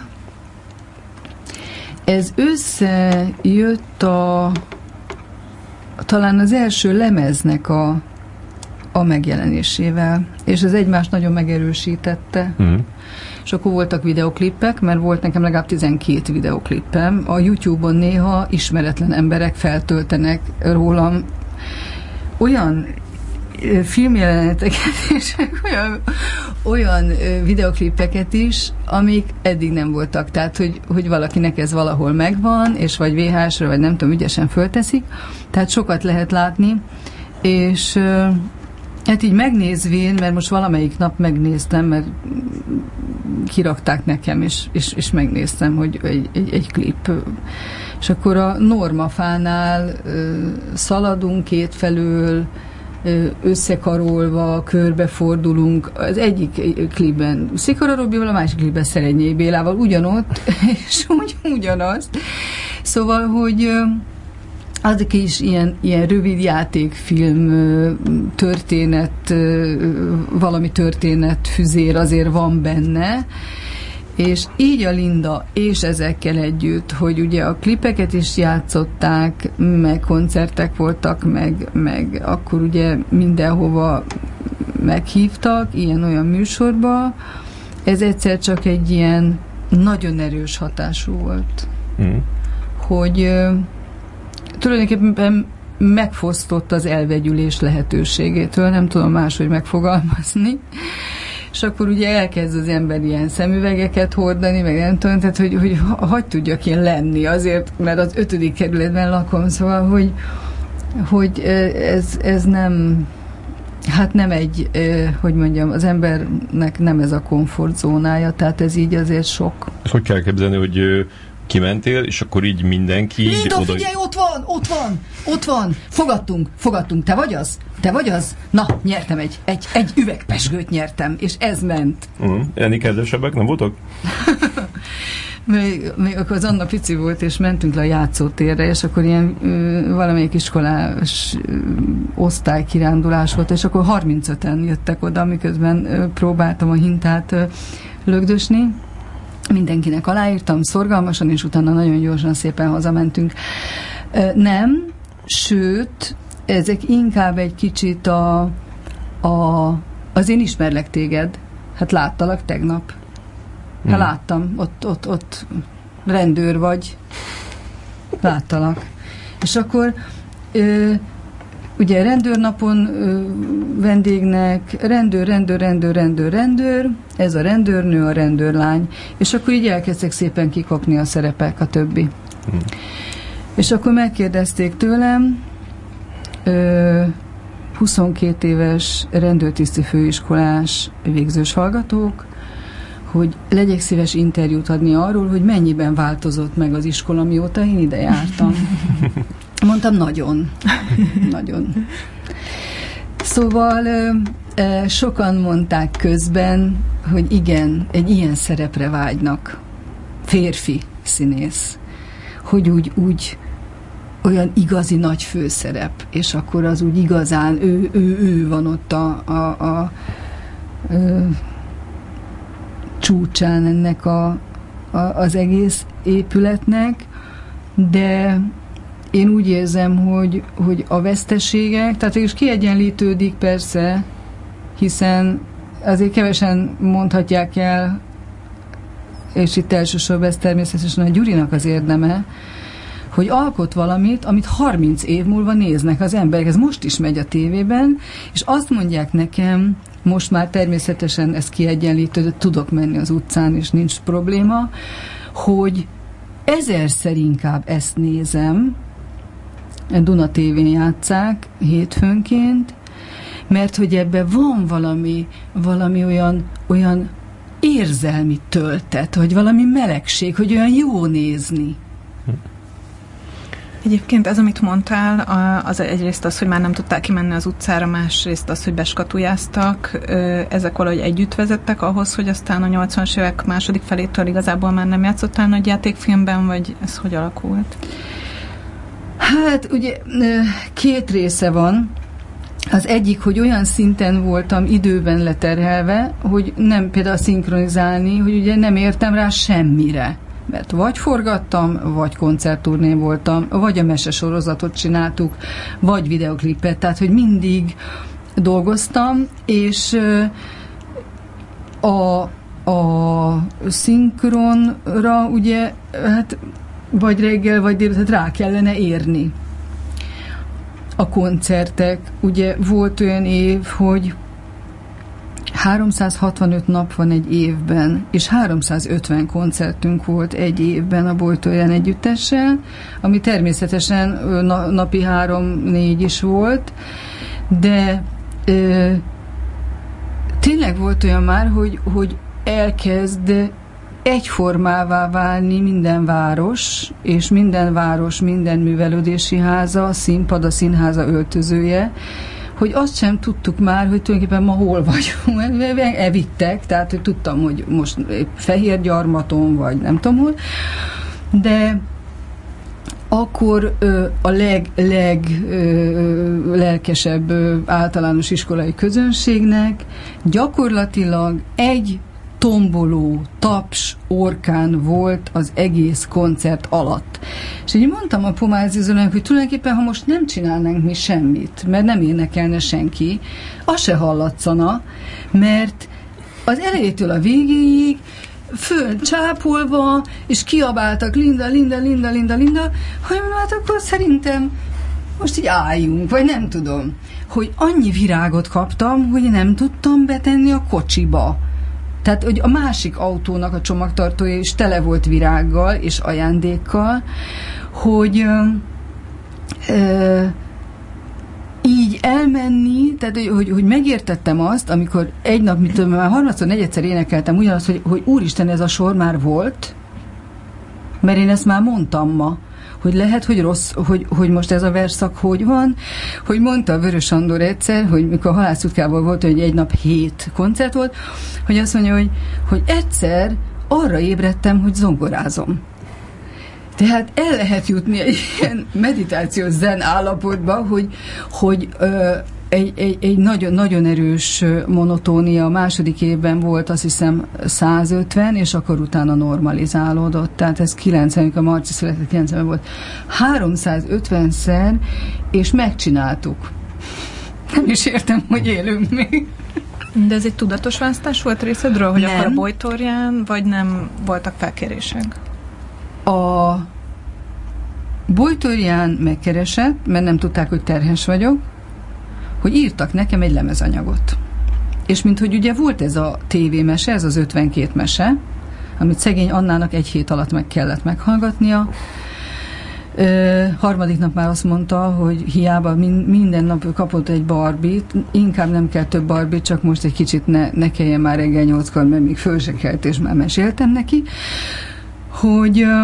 ez összejött a talán az első lemeznek a, a megjelenésével, és az egymást nagyon megerősítette. Mm. És akkor voltak videoklippek, mert volt nekem legalább tizenkét videoklippem. A YouTube-on néha ismeretlen emberek feltöltenek rólam olyan filmjeleneteket és olyan, olyan videoklippeket is, amik eddig nem voltak. Tehát, hogy, hogy valakinek ez valahol megvan, és vagy vé há es-re, vagy nem tudom, ügyesen fölteszik. Tehát sokat lehet látni, és hát így megnézvén, mert most valamelyik nap megnéztem, mert kirakták nekem, és, és, és megnéztem, hogy egy, egy, egy klip. És akkor a Normafánál szaladunk kétfelől, összekarolva, körbefordulunk. Az egyik klipben Szikora Robival, a másik klipben Szerenyei Bélával ugyanott, és úgy ugyanaz. Szóval, hogy azok is ilyen, ilyen rövid játékfilm, történet, valami történet füzér azért van benne, És így a Linda, és ezekkel együtt, hogy ugye a klipeket is játszották, meg koncertek voltak, meg, meg akkor ugye mindenhova meghívtak, ilyen-olyan műsorba, ez egyszer csak egy ilyen nagyon erős hatású volt. Mm. Hogy uh, tulajdonképpen megfosztott az elvegyülés lehetőségétől, nem tudom máshogy megfogalmazni, és akkor ugye elkezd az ember ilyen szemüvegeket hordani, meg nem tudom, tehát hogy, hogy hagy tudjak én lenni azért, mert az ötödik kerületben lakom, szóval, hogy, hogy ez, ez nem, hát nem egy, hogy mondjam, az embernek nem ez a komfortzónája, tehát ez így azért sok. Hogy kell képzelni, hogy kimentél, és akkor így mindenki... Linda, oda... figyelj, ott van, ott van, ott van, fogadtunk, fogadtunk, te vagy az? Te vagy az? Na, nyertem egy, egy, egy üvegpezsgőt nyertem, és ez ment. Uh-huh. Ennél kedvesebbek nem voltak? még, még akkor az Anna pici volt, és mentünk le a játszótérre, és akkor ilyen ö, valamelyik iskolás ö, osztálykirándulás volt, és akkor harmincöten jöttek oda, miközben ö, próbáltam a hintát ö, lögdösni. Mindenkinek aláírtam szorgalmasan, és utána nagyon gyorsan szépen hazamentünk. Ö, nem, sőt, ezek inkább egy kicsit a, a, az én ismerlek téged. Hát láttalak tegnap. Hát hmm. láttam, ott, ott, ott rendőr vagy. Láttalak. És akkor ö, ugye rendőrnapon ö, vendégnek rendőr, rendőr, rendőr, rendőr, rendőr, ez a rendőrnő, a rendőrlány. És akkor így elkezdtek szépen kikopni a szerepek, a többi. Hmm. És akkor megkérdezték tőlem, Ö, huszonkét éves rendőrtiszti főiskolás végzős hallgatók, hogy legyek szíves interjút adni arról, hogy mennyiben változott meg az iskola, mióta én ide jártam. Mondtam, nagyon. Nagyon. Szóval ö, ö, sokan mondták közben, hogy igen, egy ilyen szerepre vágynak. Férfi színész. Hogy úgy, úgy olyan igazi nagy főszerep, és akkor az úgy igazán ő, ő, ő van ott a, a, a, a csúcsán ennek a, a, az egész épületnek, de én úgy érzem, hogy, hogy a veszteségek, tehát is kiegyenlítődik persze, hiszen azért kevesen mondhatják el, és itt elsősorban ez természetesen a Gyurinak az érdeme, hogy alkot valamit, amit harminc év múlva néznek az emberek. Ez most is megy a tévében, és azt mondják nekem, most már természetesen ez kiegyenlítődött, tudok menni az utcán, és nincs probléma, hogy ezerszer inkább ezt nézem, Duna tévén játsszák hétfőnként, mert hogy ebben van valami, valami olyan, olyan érzelmi töltet, hogy valami melegség, hogy olyan jó nézni. Egyébként ez, amit mondtál, az egyrészt az, hogy már nem tudták kimenni az utcára, másrészt az, hogy beskatujáztak. Ezek valahogy együtt vezettek ahhoz, hogy aztán a nyolcvanas évek második felétől igazából már nem játszottál nagy játékfilmben, vagy ez hogy alakult? Hát ugye két része van. Az egyik, hogy olyan szinten voltam időben leterhelve, hogy nem például szinkronizálni, hogy ugye nem értem rá semmire. Mert vagy forgattam, vagy koncertturnén voltam, vagy a mesesorozatot csináltuk, vagy videoklipet, tehát, hogy mindig dolgoztam, és a, a szinkronra ugye, hát vagy reggel, vagy délután rá kellene érni. A koncertek, ugye volt olyan év, hogy háromszázhatvanöt nap van egy évben, és háromszázötven koncertünk volt egy évben a Bojtó-Ellen együttessel, ami természetesen na, napi három-négy is volt, de ö, tényleg volt olyan már, hogy, hogy elkezd egyformává válni minden város, és minden város, minden művelődési háza, a színpad, a színháza öltözője, hogy azt sem tudtuk már, hogy tulajdonképpen ma hol vagyunk. Elvittek, tehát hogy tudtam, hogy most Fehérgyarmaton, vagy nem tudom hol, de akkor ö, a leg, leg ö, lelkesebb ö, általános iskolai közönségnek gyakorlatilag egy tomboló, taps, orkán volt az egész koncert alatt. És így mondtam a Pomázi Zolánnak, hogy tulajdonképpen, ha most nem csinálnánk mi semmit, mert nem énekelne senki, az se hallatszana, mert az elejétől a végéig föl csápolva, és kiabáltak Linda, Linda, Linda, Linda, Linda, hogy hát akkor szerintem most így álljunk, vagy nem tudom, hogy annyi virágot kaptam, hogy nem tudtam betenni a kocsiba. Tehát, hogy a másik autónak a csomagtartója is tele volt virággal és ajándékkal, hogy ö, ö, így elmenni, tehát, hogy, hogy, hogy megértettem azt, amikor egy nap, mit tudom, már harmadszor, negyedszer énekeltem ugyanazt, hogy, hogy úristen, ez a sor már volt, mert én ezt már mondtam ma, hogy lehet, hogy rossz, hogy, hogy most ez a verszak hogy van, hogy mondta a Vörös Andor egyszer, hogy mikor a Halász utcában volt, hogy egy nap hét koncert volt, hogy azt mondja, hogy, hogy egyszer arra ébredtem, hogy zongorázom. Tehát el lehet jutni egy ilyen meditációs zen állapotba, hogy, hogy ö, egy, egy, egy nagyon, nagyon erős monotónia. A második évben volt, azt hiszem, százötven, és akkor utána normalizálódott. Tehát ez kilencven, amikor a Marci született, kilencvenben volt. háromszázötvenszer, és megcsináltuk. Nem is értem, hogy élünk még. De ez egy tudatos választás volt részedről, hogy nem. Akkor a Bojtorján, vagy nem voltak felkérések? A Bojtorján megkeresett, mert nem tudták, hogy terhes vagyok, hogy írtak nekem egy lemezanyagot. És mint hogy ugye volt ez a tévémese, ez az ötvenkét mese, amit szegény Annának egy hét alatt meg kellett meghallgatnia. Ö, harmadik nap már azt mondta, hogy hiába min- minden nap kapott egy Barbie-t, inkább nem kell több Barbie, csak most egy kicsit ne, ne kelljen már reggel nyolckor, mert még föl se kelt, és már meséltem neki, hogy ö,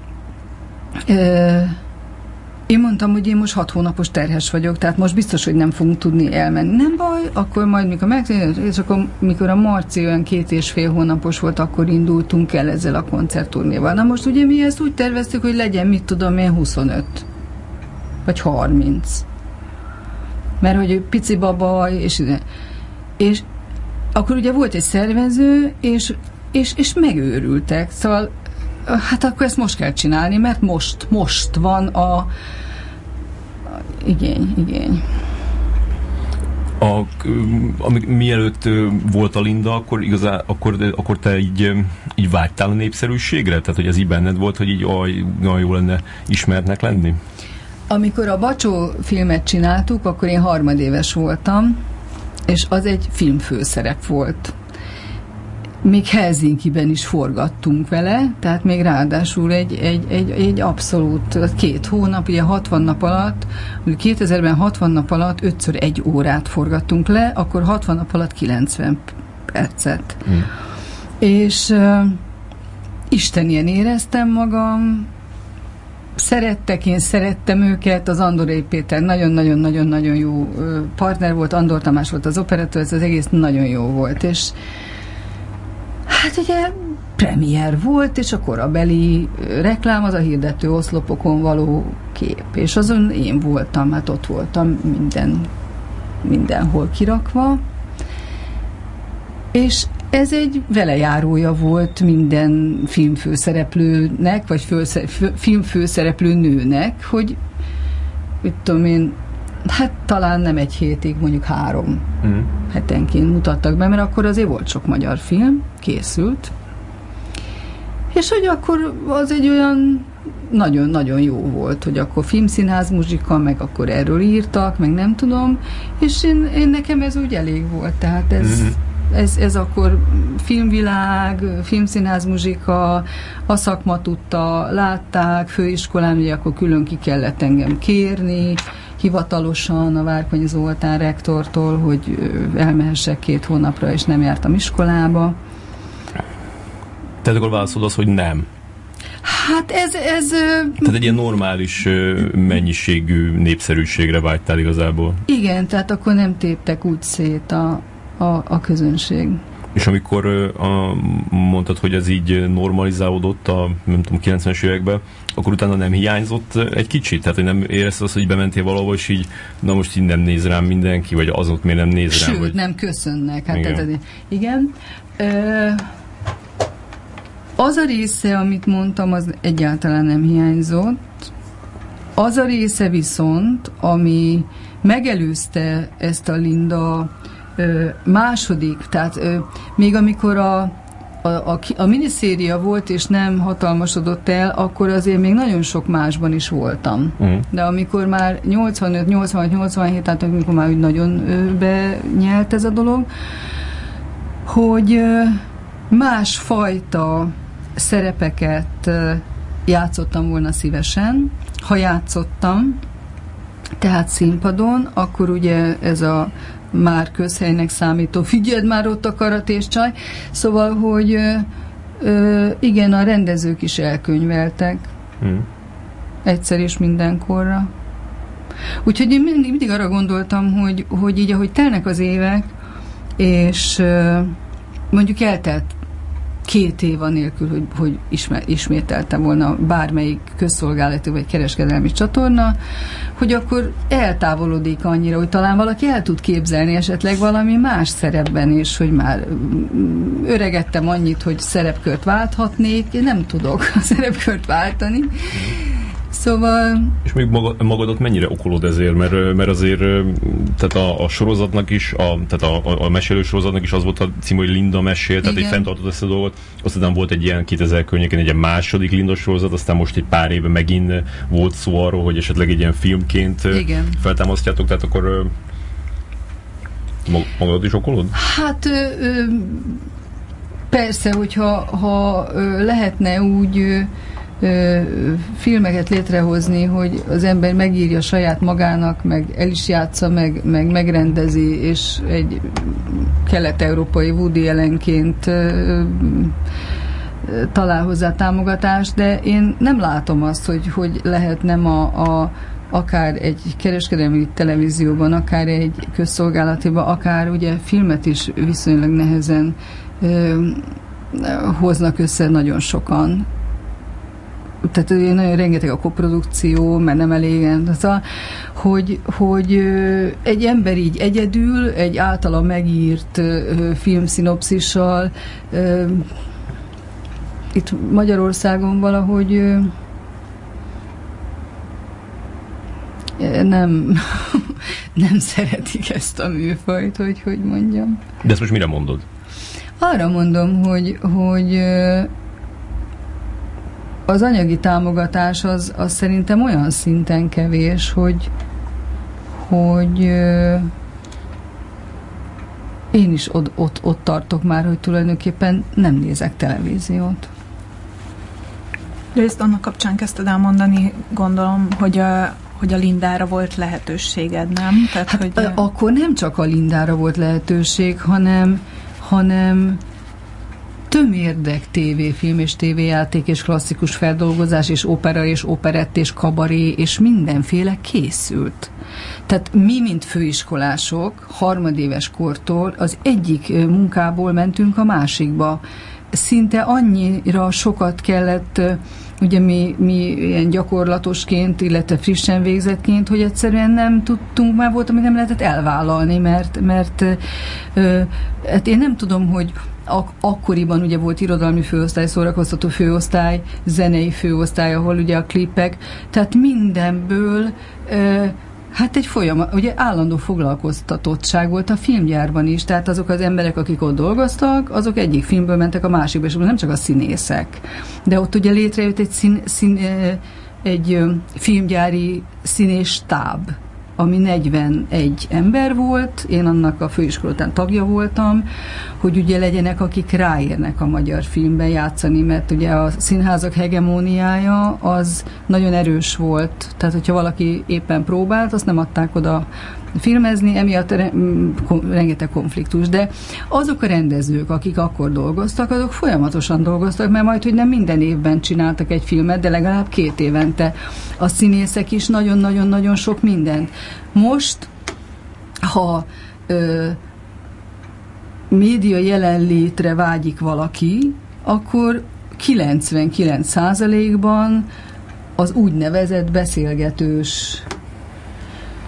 ö, én mondtam, hogy én most hat hónapos terhes vagyok, tehát most biztos, hogy nem fogunk tudni elmenni. Nem baj, akkor majd mikor megtérjük, és akkor mikor a Marci olyan két és fél hónapos volt, akkor indultunk el ezzel a koncertturnéval. Na most ugye mi ezt úgy terveztük, hogy legyen, mit tudom én, huszonöt vagy harminc. Mert hogy pici baba, és, és akkor ugye volt egy szervező, és, és, és megőrültek. Szóval hát akkor ezt most kell csinálni, mert most, most van a, a igény, igény. A, amíg, mielőtt volt a Linda, akkor igazán, akkor, akkor te így, így vágytál a népszerűségre? Tehát, hogy ez így benned volt, hogy így olyan jó lenne ismertnek lenni? Amikor a Bacsó filmet csináltuk, akkor én harmadéves voltam, és az egy filmfőszerep volt. Még Helsinkiben is forgattunk vele, tehát még ráadásul egy, egy, egy, egy abszolút két hónap, ugye hatvan nap alatt, kétezerben hatvan nap alatt ötször egy órát forgattunk le, akkor hatvan nap alatt kilencven percet. Mm. És uh, Isten ilyen éreztem magam, szerettek, én szerettem őket, az Andoréi Péter nagyon-nagyon-nagyon-nagyon jó partner volt, Andor Tamás volt az operatőr, ez az egész nagyon jó volt, és hát ugye premier volt, és a korabeli reklám, az a hirdető oszlopokon való kép, és azon én voltam, hát ott voltam minden, mindenhol kirakva, és ez egy velejárója volt minden filmfőszereplőnek, vagy fősze, fő, filmfőszereplő nőnek, hogy mit tudom én, hát talán nem egy hétig, mondjuk három mm. hetenként mutattak be, mert akkor azért volt sok magyar film, készült, és hogy akkor az egy olyan nagyon-nagyon jó volt, hogy akkor filmszínház muzsika, meg akkor erről írtak, meg nem tudom, és én, én nekem ez úgy elég volt, tehát ez, mm. ez, ez akkor filmvilág, filmszínház muzsika, a szakma tudta, látták, főiskolán, ugye akkor külön ki kellett engem kérni, hivatalosan a Várkonyi Zoltán rektortól, hogy elmehessek két hónapra, és nem jártam iskolába. Tehát akkor válaszolod az, hogy nem. Hát ez... ez tehát egy ilyen normális mennyiségű népszerűségre vágytál igazából. Igen, tehát akkor nem téptek úgy szét a, a, a közönség. És amikor a, mondtad, hogy ez így normalizálódott a, nem tudom, kilencvenes években, akkor utána nem hiányzott egy kicsit? Tehát, hogy nem érezted azt, hogy bementél valahol, és így, na most így nem néz rám mindenki, vagy azok miért nem néz rám? Sőt, vagy... nem köszönnek. Hát igen. Tehát, igen. Ö, Az a része, amit mondtam, az egyáltalán nem hiányzott. Az a része viszont, ami megelőzte ezt a Linda ö, második, tehát ö, még amikor a A, a, a miniszéria volt, és nem hatalmasodott el, akkor azért még nagyon sok másban is voltam. Uh-huh. De amikor már nyolcvanöt, nyolcvanhat, nyolcvanhét, tehát amikor már úgy nagyon ö, benyelt ez a dolog, hogy ö, másfajta szerepeket ö, játszottam volna szívesen. Ha játszottam, tehát színpadon, akkor ugye ez a már közhelynek számító, figyeld már ott a karatés csaj. Szóval, hogy ö, ö, igen, a rendezők is elkönyveltek. Hmm. Egyszer és mindenkorra. Úgyhogy én mindig, mindig arra gondoltam, hogy, hogy így, ahogy telnek az évek, és ö, mondjuk eltelt két év anélkül, hogy, hogy ismer, ismételte volna bármelyik közszolgálati vagy kereskedelmi csatorna, hogy akkor eltávolodik annyira, hogy talán valaki el tud képzelni esetleg valami más szerepben is, hogy már öregettem annyit, hogy szerepkört válthatnék, én nem tudok a szerepkört váltani. Szóval... És még maga, magadat mennyire okolod ezért? Mert, mert azért tehát a, a sorozatnak is, a, tehát a, a, a mesélő sorozatnak is az volt a cím, hogy Linda mesél, tehát egy fenntartott ezt a dolgot. Aztán volt egy ilyen kétezer környékén egy második Linda sorozat, aztán most egy pár éve megint volt szó arról, hogy esetleg egy ilyen filmként igen. feltámasztjátok, tehát akkor magadat is okolod? Hát ö, ö, persze, hogyha ha, ö, lehetne úgy ö, filmeket létrehozni, hogy az ember megírja saját magának, meg el is játsza, meg, meg megrendezi, és egy kelet-európai Woody Allenként talál hozzá támogatást, de én nem látom azt, hogy, hogy lehet nem a, a akár egy kereskedelmi televízióban, akár egy közszolgálatiban, akár ugye filmet is viszonylag nehezen ö, hoznak össze nagyon sokan. Tehát nagyon rengeteg a koprodukció, mert nem elégen, szóval, hogy, hogy egy ember így egyedül, egy általa megírt filmszinopszissal itt Magyarországon valahogy nem, nem szeretik ezt a műfajt, hogy hogy mondjam. De ezt most mire mondod? Arra mondom, hogy, hogy az anyagi támogatás az, az szerintem olyan szinten kevés, hogy, hogy ö, én is ott, ott, ott tartok már, hogy tulajdonképpen nem nézek televíziót. De ezt annak kapcsán kezdted el mondani, gondolom, hogy a, hogy a Lindára volt lehetőséged, nem? Tehát, hát, hogy... a, akkor nem csak a Lindára volt lehetőség, hanem, hanem tömérdek tévéfilm és tévéjáték és klasszikus feldolgozás és opera és operett és kabaré és mindenféle készült. Tehát mi, mint főiskolások, harmadéves kortól az egyik munkából mentünk a másikba. Szinte annyira sokat kellett, ugye mi, mi ilyen gyakorlatosként, illetve frissen végzettként, hogy egyszerűen nem tudtunk, már volt, amit nem lehetett elvállalni, mert, mert ö, hát én nem tudom, hogy Ak- akkoriban ugye volt irodalmi főosztály, szórakoztató főosztály, zenei főosztály, ahol ugye a klipek, tehát mindenből ö, hát egy folyamat, ugye állandó foglalkoztatottság volt a filmgyárban is, tehát azok az emberek, akik ott dolgoztak, azok egyik filmből mentek a másikba, és nem csak a színészek. De ott ugye létrejött egy, szín, szín, egy filmgyári színészstáb, ami negyvenegy ember volt, én annak a főiskolatán tagja voltam, hogy ugye legyenek, akik ráérnek a magyar filmben játszani, mert ugye a színházak hegemóniája az nagyon erős volt, tehát hogyha valaki éppen próbált, azt nem adták oda filmezni, emiatt rengeteg konfliktus, de azok a rendezők, akik akkor dolgoztak, azok folyamatosan dolgoztak, mert majd, hogy nem minden évben csináltak egy filmet, de legalább két évente. A színészek is nagyon-nagyon-nagyon sok mindent. Most, ha ö, média jelenlétre vágyik valaki, akkor kilencvenkilenc százalékban az úgynevezett beszélgetős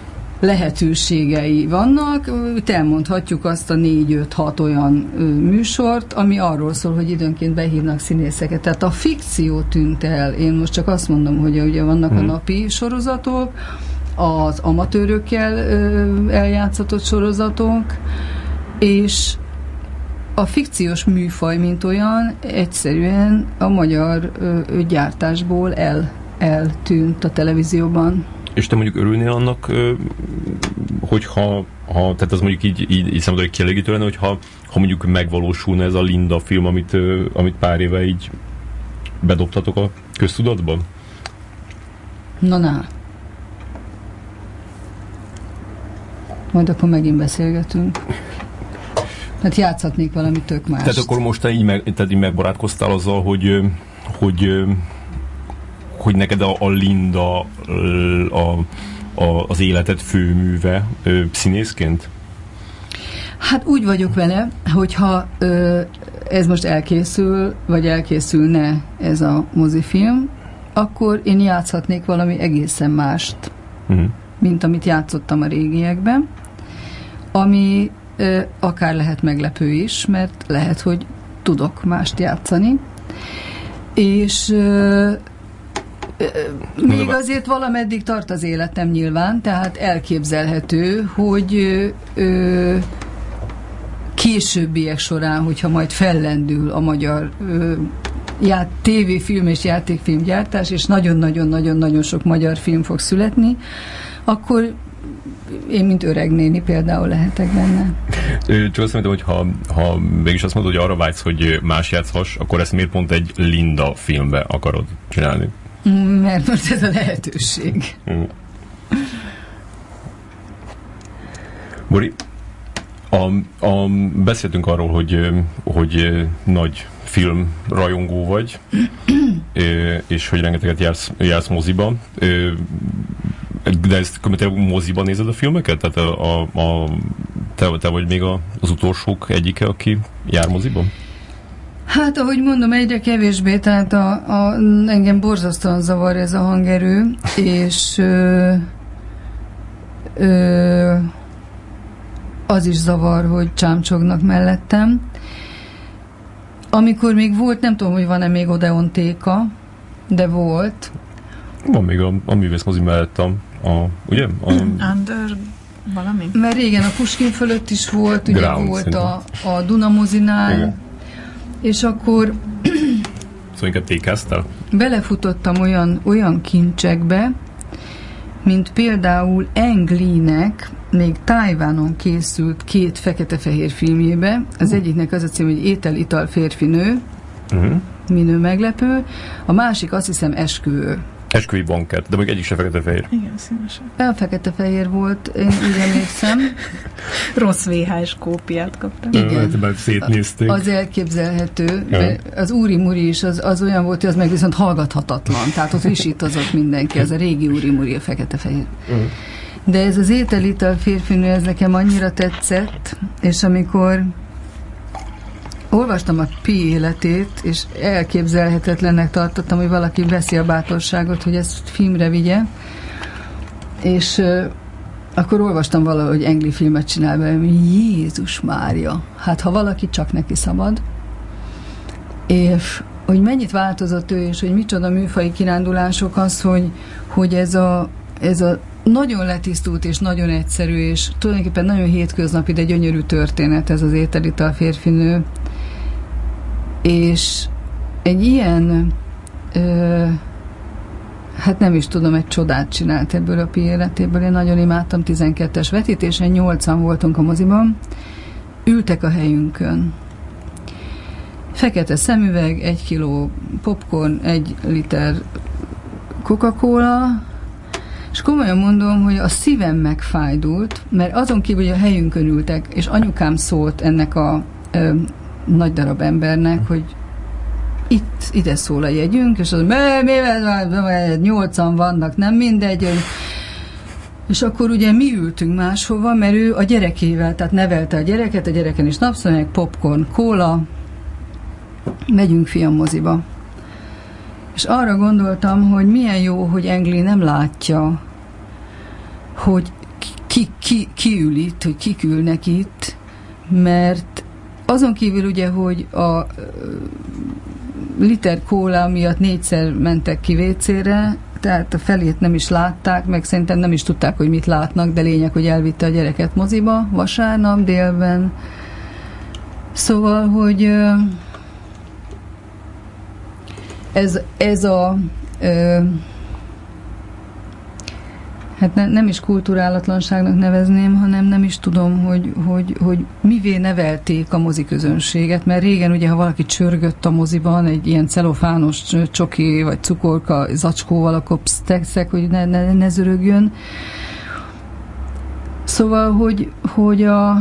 lehetőségei vannak. Elmondhatjuk azt a négy öt hat olyan műsort, ami arról szól, hogy időnként behívnak színészeket. Tehát a fikció tűnt el. Én most csak azt mondom, hogy ugye vannak hmm. a napi sorozatok, az amatőrökkel eljátszatott sorozatok, és a fikciós műfaj, mint olyan, egyszerűen a magyar ö, gyártásból el, eltűnt a televízióban. És te mondjuk örülnél annak, hogyha ha, tehát az mondjuk így, így, így számodra kielégítő lenne, hogyha ha mondjuk megvalósulna ez a Linda film, amit, amit pár éve így bedobtatok a köztudatba? Na, na. Majd akkor megint beszélgetünk. Hát játszhatnék valami tök mást. Tehát akkor most te így, meg, tehát így megbarátkoztál azzal, hogy, hogy, hogy neked a, a Linda a, a, az életed főműve színészként? Hát úgy vagyok vele, hogyha ö, ez most elkészül, vagy elkészülne ez a mozifilm, akkor én játszhatnék valami egészen mást, uh-huh. mint amit játszottam a régiekben, ami ö, akár lehet meglepő is, mert lehet, hogy tudok mást játszani, és ö, még azért valameddig tart az életem nyilván, tehát elképzelhető, hogy ö, későbbiek során, hogyha majd fellendül a magyar ö, ját, tévéfilm és játékfilmgyártás, és nagyon-nagyon-nagyon-nagyon sok magyar film fog születni, akkor én, mint öreg néni például lehetek benne. Csak azt mondtam, hogy ha, ha mégis azt mondod, hogy arra vágysz, hogy más játszhass, akkor ezt miért pont egy Linda filmbe akarod csinálni? Mert most ez a lehetőség. Mm. Bori, a, a, beszéltünk arról, hogy, hogy nagy filmrajongó vagy, és hogy rengeteget jársz, jársz moziba. De ezt komolyan moziban nézed a filmeket? Tehát a, a, a, te, te vagy még a, az utolsók egyike, aki jár moziban? Hát, ahogy mondom, egyre kevésbé, tehát a, a, engem borzasztóan zavar ez a hangerő, és ö, ö, az is zavar, hogy csámcsognak mellettem. Amikor még volt, nem tudom, hogy van-e még Odeontéka, de volt. Van még a, a művészmozi mellett a, a ugye? A, Under valami? Mert régen a Puskin fölött is volt, ugye Ground, volt a, a Duna mozinál, igen. És akkor szóval inkább tékáztál? Belefutottam olyan, olyan kincsekbe, mint például Ang Lee-nek még Tajvánon készült két fekete-fehér filmjébe. Az uh. egyiknek az a cím, hogy Étel, ital, férfi, nő, uh-huh. minő meglepő, a másik azt hiszem Esküvő. Esküvői bankett, de még egyik se fekete-fehér. Igen, színesen. A fekete-fehér volt, én úgy emlékszem. Rossz vé há es kópiát kaptam. Igen. Szétnézték. Az elképzelhető. Ja. Az Úri-Muri is az, az olyan volt, hogy az meg viszont hallgathatatlan. Tehát ott visítozott mindenki. Az a régi Úri-Muri, a fekete-fehér. Uh-huh. De ez az Étel, ital, férfinő, ez nekem annyira tetszett, és amikor olvastam a Pi életét, és elképzelhetetlennek tartottam, hogy valaki veszi a bátorságot, hogy ezt filmre vigye, és uh, akkor olvastam valahogy Ang Lee filmet csinál belőle, Jézus Mária, hát ha valaki, csak neki szabad. És hogy mennyit változott ő, és hogy micsoda műfai kirándulások az, hogy, hogy ez a, ez a nagyon letisztult és nagyon egyszerű, és tulajdonképpen nagyon hétköznapi, de gyönyörű történet ez az Étel, ital, férfi, nő. És egy ilyen ö, hát nem is tudom, egy csodát csinált ebből a Pi életéből. Én nagyon imádtam, tizenkettes vetítésen, nyolcan voltunk a moziban, ültek a helyünkön. Fekete szemüveg, egy kiló popcorn, egy liter Coca-Cola, és komolyan mondom, hogy a szívem megfájdult, mert azon kívül, hogy a helyünkön ültek, és anyukám szólt ennek a ö, nagy darab embernek, hogy itt, ide szól a jegyünk, és az, mivel nyolcan vannak, nem mindegy, és akkor ugye mi ültünk máshova, mert ő a gyerekével, tehát nevelte a gyereket, a gyereken is napszemüveg, popcorn, kóla, megyünk fiam moziba. És arra gondoltam, hogy milyen jó, hogy Ang Lee nem látja, hogy ki, ki, ki ül itt, hogy kik ülnek itt, mert azon kívül ugye, hogy a liter kóla miatt négyszer mentek ki vécére, tehát a felét nem is látták, meg szerintem nem is tudták, hogy mit látnak, de lényeg, hogy elvitte a gyereket moziba vasárnap délben. Szóval, hogy ez, ez a hát ne, nem is kulturálatlanságnak nevezném, hanem nem is tudom, hogy, hogy, hogy mivé nevelték a moziközönséget, mert régen ugye, ha valaki csörgött a moziban egy ilyen celofános csoki vagy cukorka zacskóval, akkor psztekszek, hogy ne, ne, ne zörögjön. Szóval, hogy, hogy a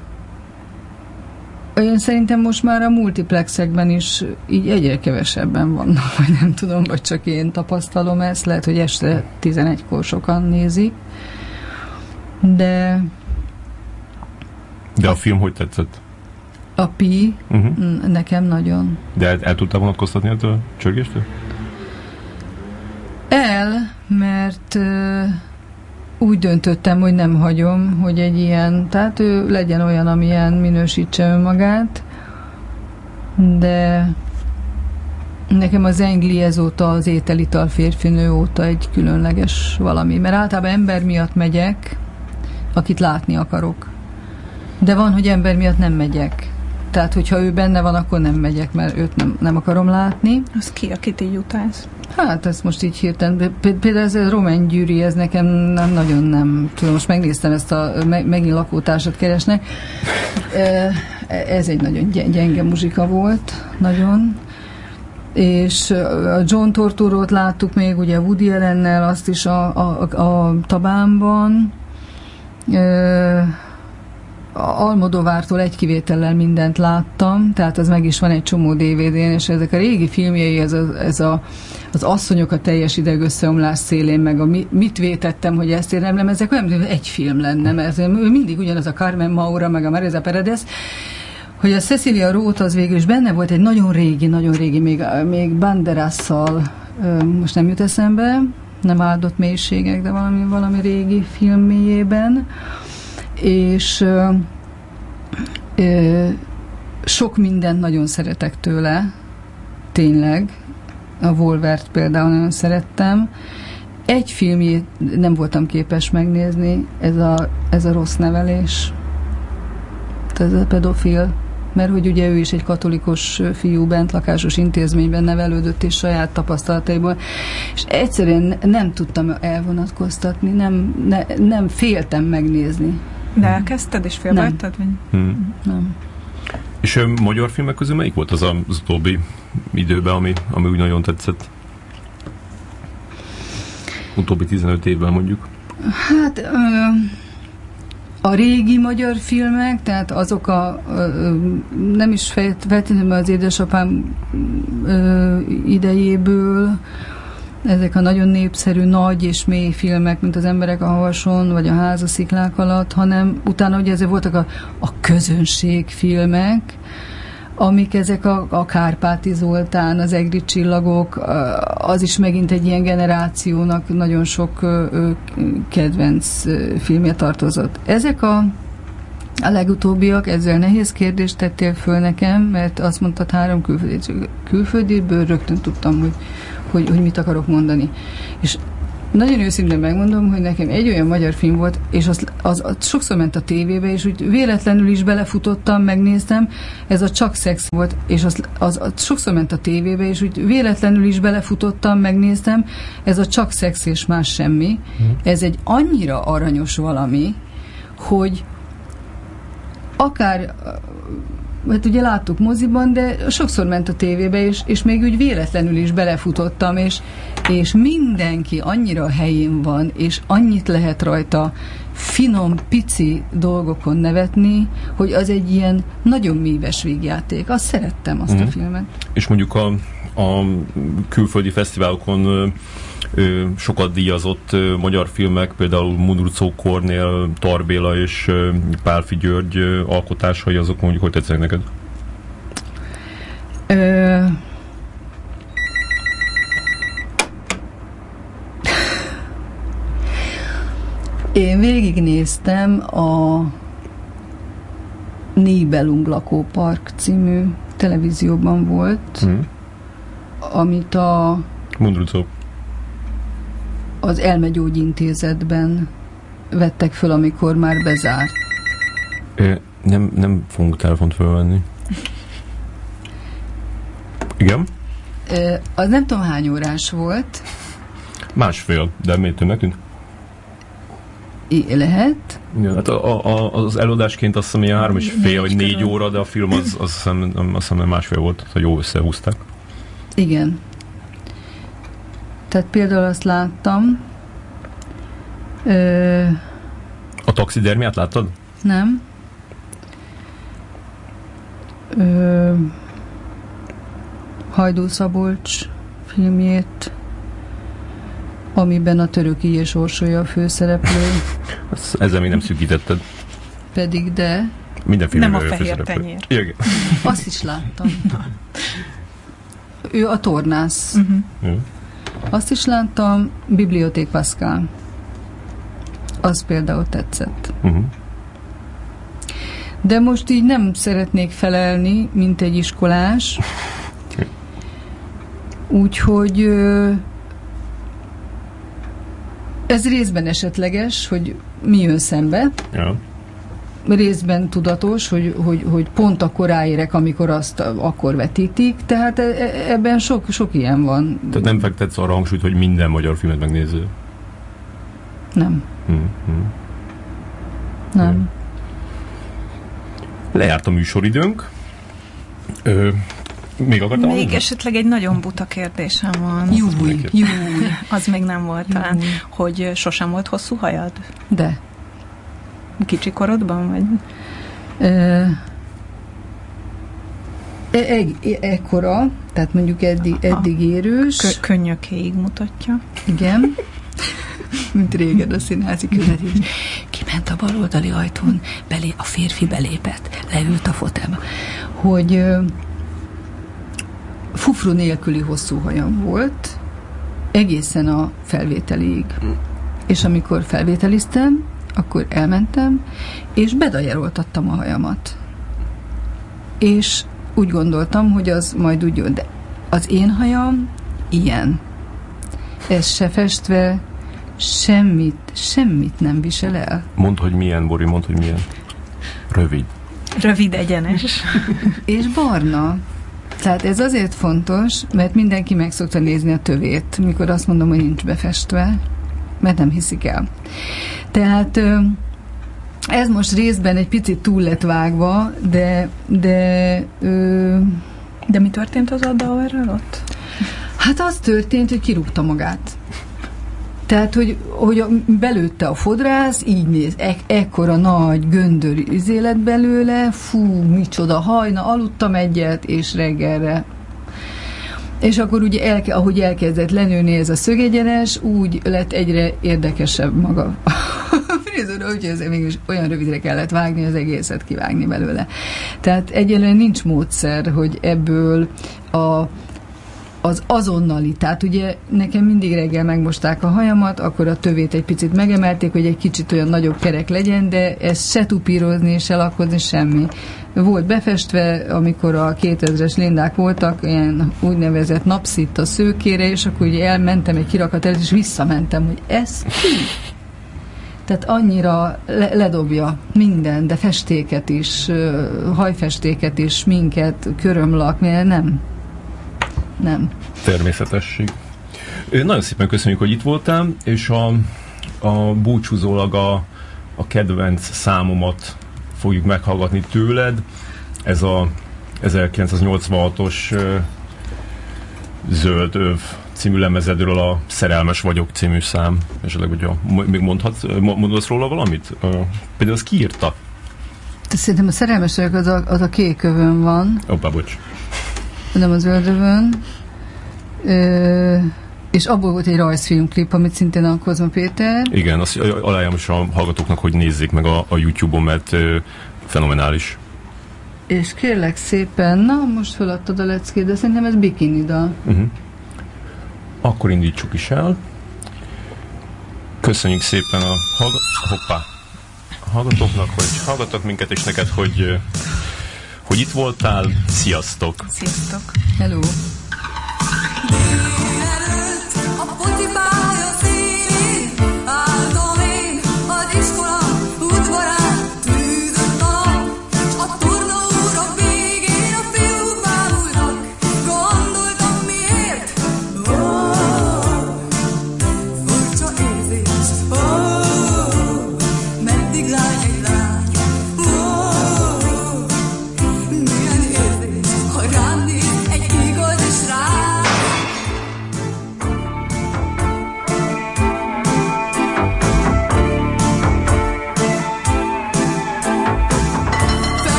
én szerintem most már a multiplexekben is így egyre kevesebben vannak, vagy nem tudom, vagy csak én tapasztalom ezt, lehet, hogy este tizenegykor sokan nézik, de De a film hogy tetszett? A Pi uh-huh. nekem nagyon. De el, el tudtál vonatkoztatni ettől a csörgéstől? El, mert uh, úgy döntöttem, hogy nem hagyom, hogy egy ilyen, tehát ő legyen olyan, amilyen, minősítse önmagát, de nekem az Engli ezóta, az ételital férfinő óta egy különleges valami, mert általában ember miatt megyek, akit látni akarok. De van, hogy ember miatt nem megyek. Tehát, hogyha ő benne van, akkor nem megyek, mert őt nem, nem akarom látni. Az ki, akit így utálsz? Hát, ezt most így hirtelen. Például ez a Romain Gyuri, ez nekem nem, nagyon nem tudom. Most megnéztem ezt a, megint lakótársat keresnek. Ez egy nagyon gyenge muzsika volt, nagyon. És a John Turturrót láttuk még, ugye Woody Allennel, azt is a, a, a Tabánban. Almodovártól egy kivétellel mindent láttam, tehát az meg is van egy csomó dé vé dén, és ezek a régi filmjei, ez, a, ez a, az asszonyok a teljes idegösszeomlás szélén, meg a mi, mit vétettem, hogy ezt éremlem, ezek olyan, hogy egy film lenne, mert mindig ugyanaz a Carmen Maura, meg a Marisa Paredes, hogy a Cecilia Roth az végül is benne volt egy nagyon régi, nagyon régi, még, még Banderasszal, most nem jut eszembe, nem áldott mélységek, de valami, valami régi filmjében, és ö, ö, sok mindent nagyon szeretek tőle, tényleg. A Wolvert például nagyon szerettem. Egy filmjét nem voltam képes megnézni, ez a, ez a Rossz nevelés. Ez a pedofil, mert hogy ugye ő is egy katolikus fiú bentlakásos intézményben nevelődött, és saját tapasztalataiból, és egyszerűen nem tudtam elvonatkoztatni, nem, ne, nem féltem megnézni. De elkezdted, és félbehagytad? Hmm. Nem. És a magyar filmek közül melyik volt az az utóbbi időben, ami, ami úgy nagyon tetszett? Utóbbi tizenöt évben mondjuk. Hát ö, a régi magyar filmek, tehát azok a ö, nem is feltétlenül az édesapám ö, idejéből, ezek a nagyon népszerű, nagy és mély filmek, mint Az emberek a havason, vagy A ház a sziklák alatt, hanem utána ugye ezek voltak a, a közönség filmek, amik ezek a, a Kárpáti Zoltán, az Egri csillagok, az is megint egy ilyen generációnak nagyon sok kedvenc filmje tartozott. Ezek a, a legutóbbiak, ezzel nehéz kérdést tettél föl nekem, mert azt mondtad három külföldi, külföldiből rögtön tudtam, hogy Hogy, hogy mit akarok mondani. És nagyon őszintén megmondom, hogy nekem egy olyan magyar film volt, és az, az, az sokszor ment a tévébe, és úgy véletlenül is belefutottam, megnéztem, ez a Csak szex volt, és az, az, az sokszor ment a tévébe, és úgy véletlenül is belefutottam, megnéztem, ez a Csak szex és más semmi. Ez egy annyira aranyos valami, hogy akár hát ugye láttuk moziban, de sokszor ment a tévébe, és, és még úgy véletlenül is belefutottam, és, és mindenki annyira helyén van, és annyit lehet rajta finom, pici dolgokon nevetni, hogy az egy ilyen nagyon míves vígjáték. Azt szerettem, azt mm. a filmet. És mondjuk a, a külföldi fesztiválokon ö, ö, sokat díjazott ö, magyar filmek, például Mundruczó Kornél, Tar Béla és ö, Pálffy György ö, alkotásai, azok mondjuk hogy tetszenek neked? Ö... Én végignéztem a Nibelung lakópark című televízióban volt, mm. amit a Mundrucó. az Elmegyógyintézetben vettek föl, amikor már bezárt. É, nem, nem fogunk telefont fölvenni. Igen? É, az nem tudom hány órás volt. Másfél, de miért többnek tűnt? I- lehet. Igen, hát a, a, az előadásként azt hiszem ilyen három és fél, vagy négy óra, de a film az, az azt hiszem, azt hiszem másfél volt, hogy jó összehúzták. Igen. Tehát például azt láttam. Ö, A taxidermiát láttad? nem. Ö, Hajdú Szabolcs filmjét, amiben a Töröki és Orsolya a főszereplő. Ezzel még nem szűkítetted. Pedig de. Minden filmben nem a fehér tenyér. Igen. Azt is láttam. Ő a tornász. Uh-huh. Azt is láttam, Bibliothèque Pascal. Az például tetszett. Uh-huh. De most így nem szeretnék felelni, mint egy iskolás. Úgyhogy ez részben esetleges, hogy mi jön szembe. Ja. Részben tudatos, hogy, hogy, hogy pont akkor ráérek, amikor azt akkor vetítik. Tehát ebben sok, sok ilyen van. Tehát nem fektetsz arra hangsúlyt, hogy minden magyar filmet megnéző? Nem. Hmm, hmm. Nem. Hmm. Lejárt a műsoridőnk. Ö, még akartam? Még esetleg egy nagyon buta kérdésem van. Júj, júj. Az még nem volt talán, hogy sosem volt hosszú hajad? De. Kicsi korodban, vagy? E, e, ekkora, tehát mondjuk eddig, eddig érős. Kö- könnyökéig mutatja. Igen. Mint régen a színházi küldetés. Kiment a baloldali ajtón, belé, a férfi belépett, leült a fotelba. Hogy uh, fufru nélküli hosszú hajam volt, egészen a felvételig. És amikor felvételiztem, akkor elmentem, és bedajeroltattam a hajamat. És úgy gondoltam, hogy az majd úgy jön, de az én hajam ilyen. Ez se festve, semmit, semmit nem visel el. Mondd, hogy milyen, Bori, mondd, hogy milyen. Rövid. Rövid, egyenes. És barna. Tehát ez azért fontos, mert mindenki meg szokta nézni a tövét, mikor azt mondom, hogy nincs befestve, mert nem hiszik el. Tehát ez most részben egy picit túl lett vágva, de de, ö, de mi történt az Adenauerrel ott? Hát az történt, hogy kirúgta magát. Tehát, hogy, hogy a, belőtte a fodrász, így néz, ek, ekkora nagy göndör izé lett belőle, fú, micsoda hajna, aludtam egyet, és reggelre. És akkor ugye, elke, ahogy elkezdett lenőni ez a szögegyenes, úgy lett egyre érdekesebb maga a frizura, úgyhogy ez mégis olyan rövidre kellett vágni, az egészet kivágni belőle. Tehát egyelőre nincs módszer, hogy ebből a az azonnali, tehát ugye nekem mindig reggel megmosták a hajamat, akkor a tövét egy picit megemelték, hogy egy kicsit olyan nagyobb kerek legyen, de ezt se tupírozni, se lakkozni, semmi. Volt befestve, amikor a kétezres Lindák voltak, ilyen úgynevezett napszit a szőkére, és akkor ugye elmentem egy kirakat előtt, és visszamentem, hogy ez ki? Tehát annyira le- ledobja minden, de festéket is, hajfestéket is, minket, körömlak, nem. Nem. Természetesség. Nagyon szépen köszönjük, hogy itt voltál, és a, a búcsúzólag a, a kedvenc számomat fogjuk meghallgatni tőled. Ez a ezerkilencszáznyolcvanhatos uh, Zöld Öv című lemezedről a Szerelmes vagyok című szám. Esetleg, hogy a, még mondhatsz, mondasz róla valamit? Uh, például azt ki írta? Szerintem a Szerelmes vagyok az a, az a kék övön van. Hoppá, bocs. Nem az Zöldövön. Ö, és abból volt egy rajzfilmklip, amit szintén a Kozma Péter. Igen, azt ajánlom is a hallgatóknak, hogy nézzék meg a, a YouTube-on, mert ö, fenomenális. És kérlek szépen, na most feladtad a leckét, de szerintem ez Bikinida. Uh-huh. Akkor indítsuk is el. Köszönjük szépen a, hallga- hoppá, a hallgatóknak, hogy hallgattak minket, és neked, hogy, hogy itt voltál. Sziasztok! Sziasztok! Hello!